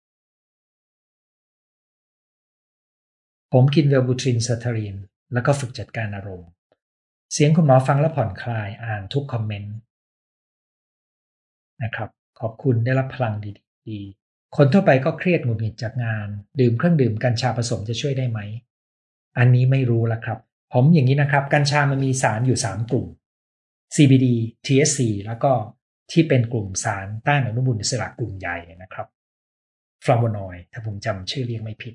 ผมกินเวลบูทรินซัตารีนแล้วก็ฝึกจัดการอารมณ์เสียงคุณหมอฟังแล้วผ่อนคลายอ่านทุกคอมเมนต์นะครับขอบคุณได้รับพลังดีๆคนทั่วไปก็เครียดหงุดหงิดจากงานดื่มเครื่องดื่มกัญชาผสมจะช่วยได้ไหมอันนี้ไม่รู้ละครับผมอย่างนี้นะครับกัญชามันมีสารอยู่สามกลุ่ม ซี บี ดี ที เอช ซี แล้วก็ที่เป็นกลุ่มสารต้านอนุมูลอิสระกลุ่มใหญ่นะครับฟลาโวนอยด์ถ้าผมจำชื่อเรียกไม่ผิด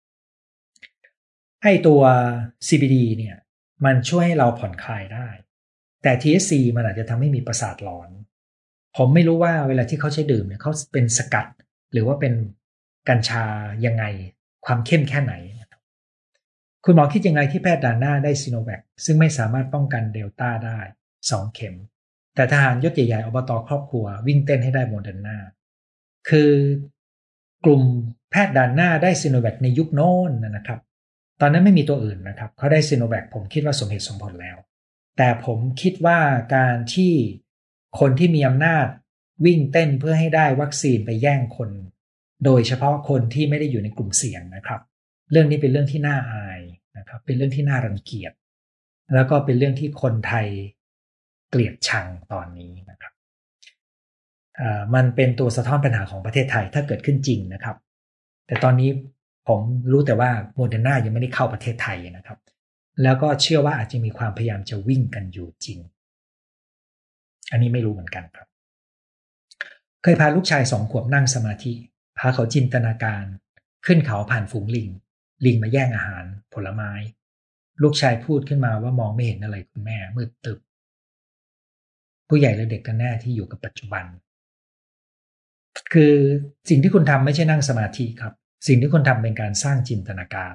ไอ้ตัว ซี บี ดี เนี่ยมันช่วยให้เราผ่อนคลายได้แต่ ที เอช ซี มันอาจจะทำให้มีประสาทหลอนผมไม่รู้ว่าเวลาที่เขาใช้ดื่มเนี่ยเขาเป็นสกัดหรือว่าเป็นกัญชายังไงความเข้มแค่ไหนคุณหมอคิดยังไงที่แพทย์ด่านหน้าได้ซีโนแวคซึ่งไม่สามารถป้องกันเดลต้าได้สองเข็มแต่ทหารยศใหญ่ๆอบตครอบครัววิ่งเต้นให้ได้โมเดอร์นาคือกลุ่มแพทย์ด่านหน้าได้ซีโนแวคในยุคโน้นนะครับตอนนั้นไม่มีตัวอื่นนะครับเขาได้ซีโนแวคผมคิดว่าสมเหตุสมผลแล้วแต่ผมคิดว่าการที่คนที่มีอำนาจวิ่งเต้นเพื่อให้ได้วัคซีนไปแย่งคนโดยเฉพาะคนที่ไม่ได้อยู่ในกลุ่มเสี่ยงนะครับเรื่องนี้เป็นเรื่องที่น่าอายนะครับเป็นเรื่องที่น่ารังเกียจแล้วก็เป็นเรื่องที่คนไทยเกลียดชังตอนนี้นะครับมันเป็นตัวสะท้อนปัญหาของประเทศไทยถ้าเกิดขึ้นจริงนะครับแต่ตอนนี้ผมรู้แต่ว่าโมเดอร์นายังไม่ได้เข้าประเทศไทยนะครับแล้วก็เชื่อว่าอาจจะมีความพยายามจะวิ่งกันอยู่จริงอันนี้ไม่รู้เหมือนกันครับเคยพาลูกชายสองขวบนั่งสมาธิพาเขาจินตนาการขึ้นเขาผ่านฝูงลิงลิงมาแย่งอาหารผลไม้ลูกชายพูดขึ้นมาว่ามองไม่เห็นอะไรคุณแม่มืดตึบผู้ใหญ่และเด็กกันแน่ที่อยู่กับปัจจุบันคือสิ่งที่คุณทำไม่ใช่นั่งสมาธิครับสิ่งที่คุณทำเป็นการสร้างจินตนาการ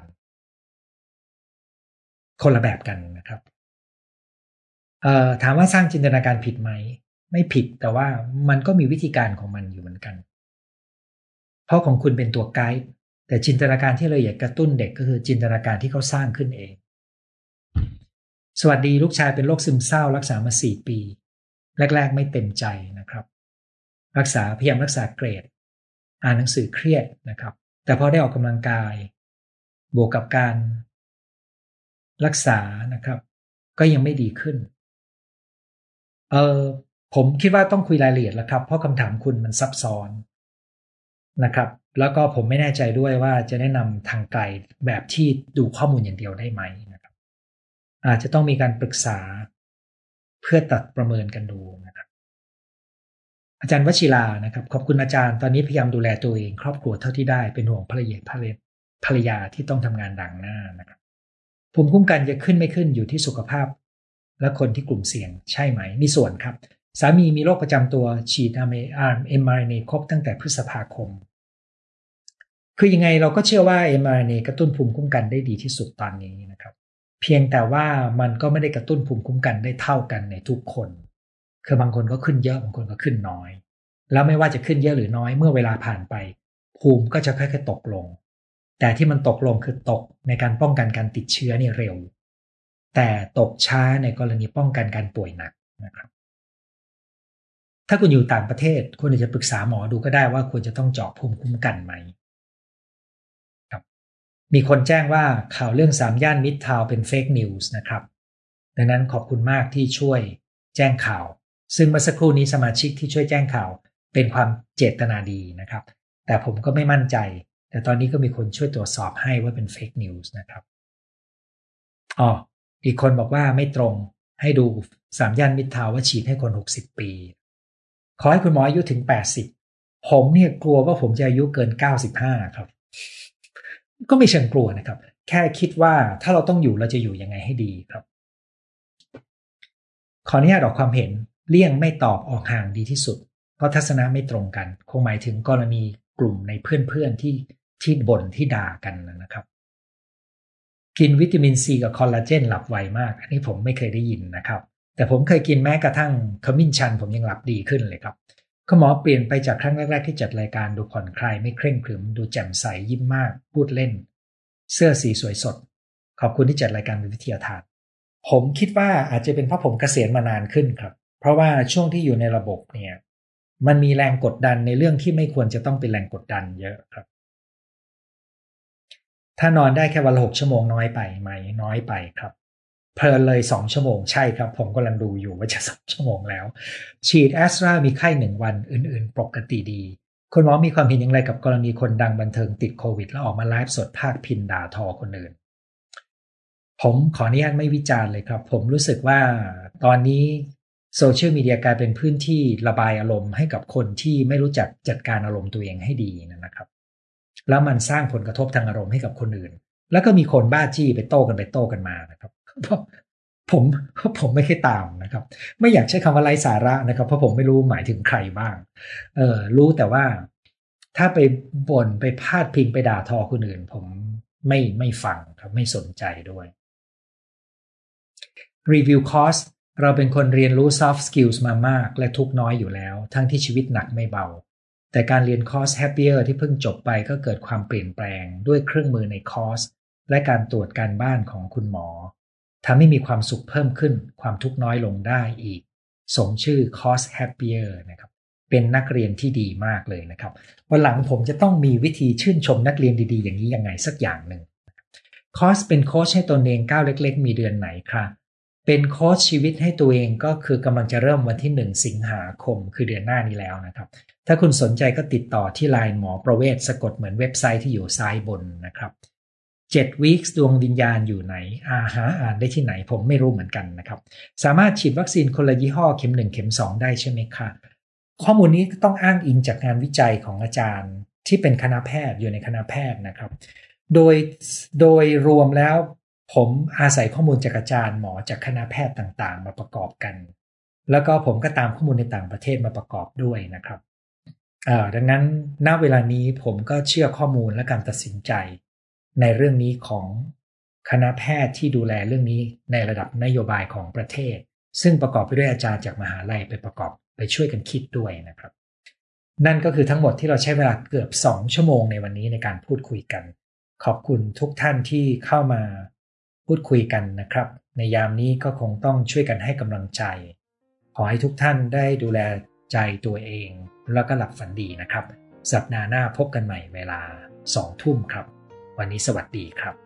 คนละแบบกันนะครับเอ่อถามว่าสร้างจินตนาการผิดไหมไม่ผิดแต่ว่ามันก็มีวิธีการของมันอยู่เหมือนกันเพราะของคุณเป็นตัวไกด์แต่จินตนาการที่เราอยากกระตุ้นเด็กก็คือจินตนาการที่เขาสร้างขึ้นเองสวัสดีลูกชายเป็นโรคซึมเศร้ารักษามาสี่ปีแรกๆไม่เต็มใจนะครับรักษาพยายามรักษาเกรดอ่านหนังสือเครียดนะครับแต่พอได้ออกกำลังกายบวกกับการรักษานะครับก็ยังไม่ดีขึ้นเออผมคิดว่าต้องคุยรายละเอียดแล้วครับเพราะคำถามคุณมันซับซ้อนนะครับแล้วก็ผมไม่แน่ใจด้วยว่าจะแนะนำทางไกลแบบที่ดูข้อมูลอย่างเดียวได้ไหมนะครับอาจจะต้องมีการปรึกษาเพื่อตัดประเมินกันดูนะครับอาจารย์วชิรานะครับขอบคุณอาจารย์ตอนนี้พยายามดูแลตัวเองครอบครัวเท่าที่ได้เป็นห่วงภรรยาภรรยาที่ต้องทำงานด่างหน้านะครับภูมิคุ้มกันจะขึ้นไม่ขึ้นอยู่ที่สุขภาพและคนที่กลุ่มเสี่ยงใช่ไหมมีส่วนครับสามีมีโรคประจำตัวฉีด เอ็ม อาร์ เอ็น เอ ครบตั้งแต่พฤษภาคมคือยังไงเราก็เชื่อว่า เอ็ม อาร์ เอ็น เอ กระตุ้นภูมิคุ้มกันได้ดีที่สุดตอนนี้นะครับเพียงแต่ว่ามันก็ไม่ได้กระตุ้นภูมิคุ้มกันได้เท่ากันในทุกคนคือบางคนก็ขึ้นเยอะบางคนก็ขึ้นน้อยแล้วไม่ว่าจะขึ้นเยอะหรือน้อยเมื่อเวลาผ่านไปภูมิก็จะค่อยๆตกลงแต่ที่มันตกลงคือตกในการป้องกันการติดเชื้อนี่เร็วแต่ตกช้าในกรณีป้องกันการป่วยหนักนะครับถ้าคุณอยู่ต่างประเทศคุณอาจจะปรึกษาหมอดูก็ได้ว่าควรจะต้องเจาะภูมิคุ้มกันไหมครับมีคนแจ้งว่าข่าวเรื่องสามย่านมิตรทาวน์เป็นเฟกนิวส์นะครับดังนั้นขอบคุณมากที่ช่วยแจ้งข่าวซึ่งเมื่อสักครู่นี้สมาชิกที่ช่วยแจ้งข่าวเป็นความเจตนาดีนะครับแต่ผมก็ไม่มั่นใจแต่ตอนนี้ก็มีคนช่วยตรวจสอบให้ว่าเป็นเฟกนิวส์นะครับอ๋ออีกคนบอกว่าไม่ตรงให้ดูสามย่านมิตรทาวน์ว่าฉีดให้คนหกสิบปีขอให้คุณหมออายุถึงแปดสิบผมเนี่ยกลัวว่าผมจะอายุเกินเก้าสิบห้าครับก็ไม่เชิงกลัวนะครับแค่คิดว่าถ้าเราต้องอยู่เราจะอยู่ยังไงให้ดีครับขออนุญาตออกความเห็นเลี่ยงไม่ตอบออกห่างดีที่สุดเพราะทัศนะไม่ตรงกันคงหมายถึงกรณีกลุ่มในเพื่อนๆที่ที่บ่นที่ด่ากันนะครับกินวิตามินซีกับคอลลาเจนหลับไวมากอันนี้ผมไม่เคยได้ยินนะครับแต่ผมเคยกินแม้กระทั่งขมิ้นชันผมยังหลับดีขึ้นเลยครับคุณหมอเปลี่ยนไปจากครั้งแรกๆที่จัดรายการดูผ่อนคลายไม่เคร่งครึมดูแจ่มใสยิ้มมากพูดเล่นเสื้อสีสวยสดขอบคุณที่จัดรายการเป็นวิทยาทานผมคิดว่าอาจจะเป็นเพราะผมเกษียณมานานขึ้นครับเพราะว่าช่วงที่อยู่ในระบบเนี่ยมันมีแรงกดดันในเรื่องที่ไม่ควรจะต้องเป็นแรงกดดันเยอะครับถ้านอนได้แค่วันละหกชั่วโมงน้อยไปไหมน้อยไปครับเพลินเลยสองชั่วโมงใช่ครับผมกำลังดูอยู่ว่าจะสองชั่วโมงแล้วฉีดแอสตรามีไข้หนึ่งวันอื่นๆปกติดีคุณหมอมีความเห็นอย่างไรกับกรณีคนดังบันเทิงติดโควิดแล้วออกมาไลฟ์สดพากพินด่าทอคนอื่นผมขออนุญาตไม่วิจารณ์เลยครับผมรู้สึกว่าตอนนี้โซเชียลมีเดียกลายเป็นพื้นที่ระบายอารมณ์ให้กับคนที่ไม่รู้จักจัดการอารมณ์ตัวเองให้ดีนะครับแล้วมันสร้างผลกระทบทางอารมณ์ให้กับคนอื่นแล้วก็มีคนบ้าจี้ไปโต้กันไปโต้กันมานะครับผมผมไม่เคยตามนะครับไม่อยากใช้คำว่าไร้สาระนะครับเพราะผมไม่รู้หมายถึงใครบ้างเออรู้แต่ว่าถ้าไปบ่นไปพาดพิงไปด่าทอคนอื่นผมไม่ไม่ฟังครับไม่สนใจด้วยรีวิวคอร์สเราเป็นคนเรียนรู้ soft skills มามากและทุกน้อยอยู่แล้วทั้งที่ชีวิตหนักไม่เบาแต่การเรียนคอร์ส Happier ที่เพิ่งจบไปก็เกิดความเปลี่ยนแปลงด้วยเครื่องมือในคอร์สและการตรวจการบ้านของคุณหมอทำให้มีความสุขเพิ่มขึ้นความทุกข์น้อยลงได้อีกสมชื่อคอร์ส Happier นะครับเป็นนักเรียนที่ดีมากเลยนะครับวันหลังผมจะต้องมีวิธีชื่นชมนักเรียนดีๆอย่างนี้ยังไงสักอย่างหนึ่งคอร์สเป็นโค้ชให้ตนเองก้าวเล็กๆมีเดือนไหนครับเป็นโค้ชชีวิตให้ตัวเองก็คือกำลังจะเริ่มวันที่หนึ่งสิงหาคมคือเดือนหน้านี้แล้วนะครับถ้าคุณสนใจก็ติดต่อที่ ไลน์ หมอประเวศสะกดเหมือนเว็บไซต์ที่อยู่ซ้ายบนนะครับเจ็ด weeks ดวงวิญญาณอยู่ไหนอาหาอ่านได้ที่ไหนผมไม่รู้เหมือนกันนะครับสามารถฉีดวัคซีนคนละยี่ห้อเข็มหนึ่งเข็มสองได้ใช่ไหมคะข้อมูลนี้ต้องอ้างอิงจากงานวิจัยของอาจารย์ที่เป็นคณะแพทย์อยู่ในคณะแพทย์นะครับโดยโดยรวมแล้วผมอาศัยข้อมูลจากอาจารย์หมอจากคณะแพทย์ต่างๆมาประกอบกันแล้วก็ผมก็ตามข้อมูลในต่างประเทศมาประกอบด้วยนะครับดังนั้นณเวลานี้ผมก็เชื่อข้อมูลและการตัดสินใจในเรื่องนี้ของคณะแพทย์ที่ดูแลเรื่องนี้ในระดับนโยบายของประเทศซึ่งประกอบไปด้วยอาจารย์จากมหาลัยไปประกอบไปช่วยกันคิดด้วยนะครับนั่นก็คือทั้งหมดที่เราใช้เวลาเกือบสองชั่วโมงในวันนี้ในการพูดคุยกันขอบคุณทุกท่านที่เข้ามาพูดคุยกันนะครับในยามนี้ก็คงต้องช่วยกันให้กำลังใจขอให้ทุกท่านได้ดูแลใจตัวเองแล้วก็หลับฝันดีนะครับสัปดาห์หน้าพบกันใหม่เวลาสองทุ่มครับวันนี้สวัสดีครับ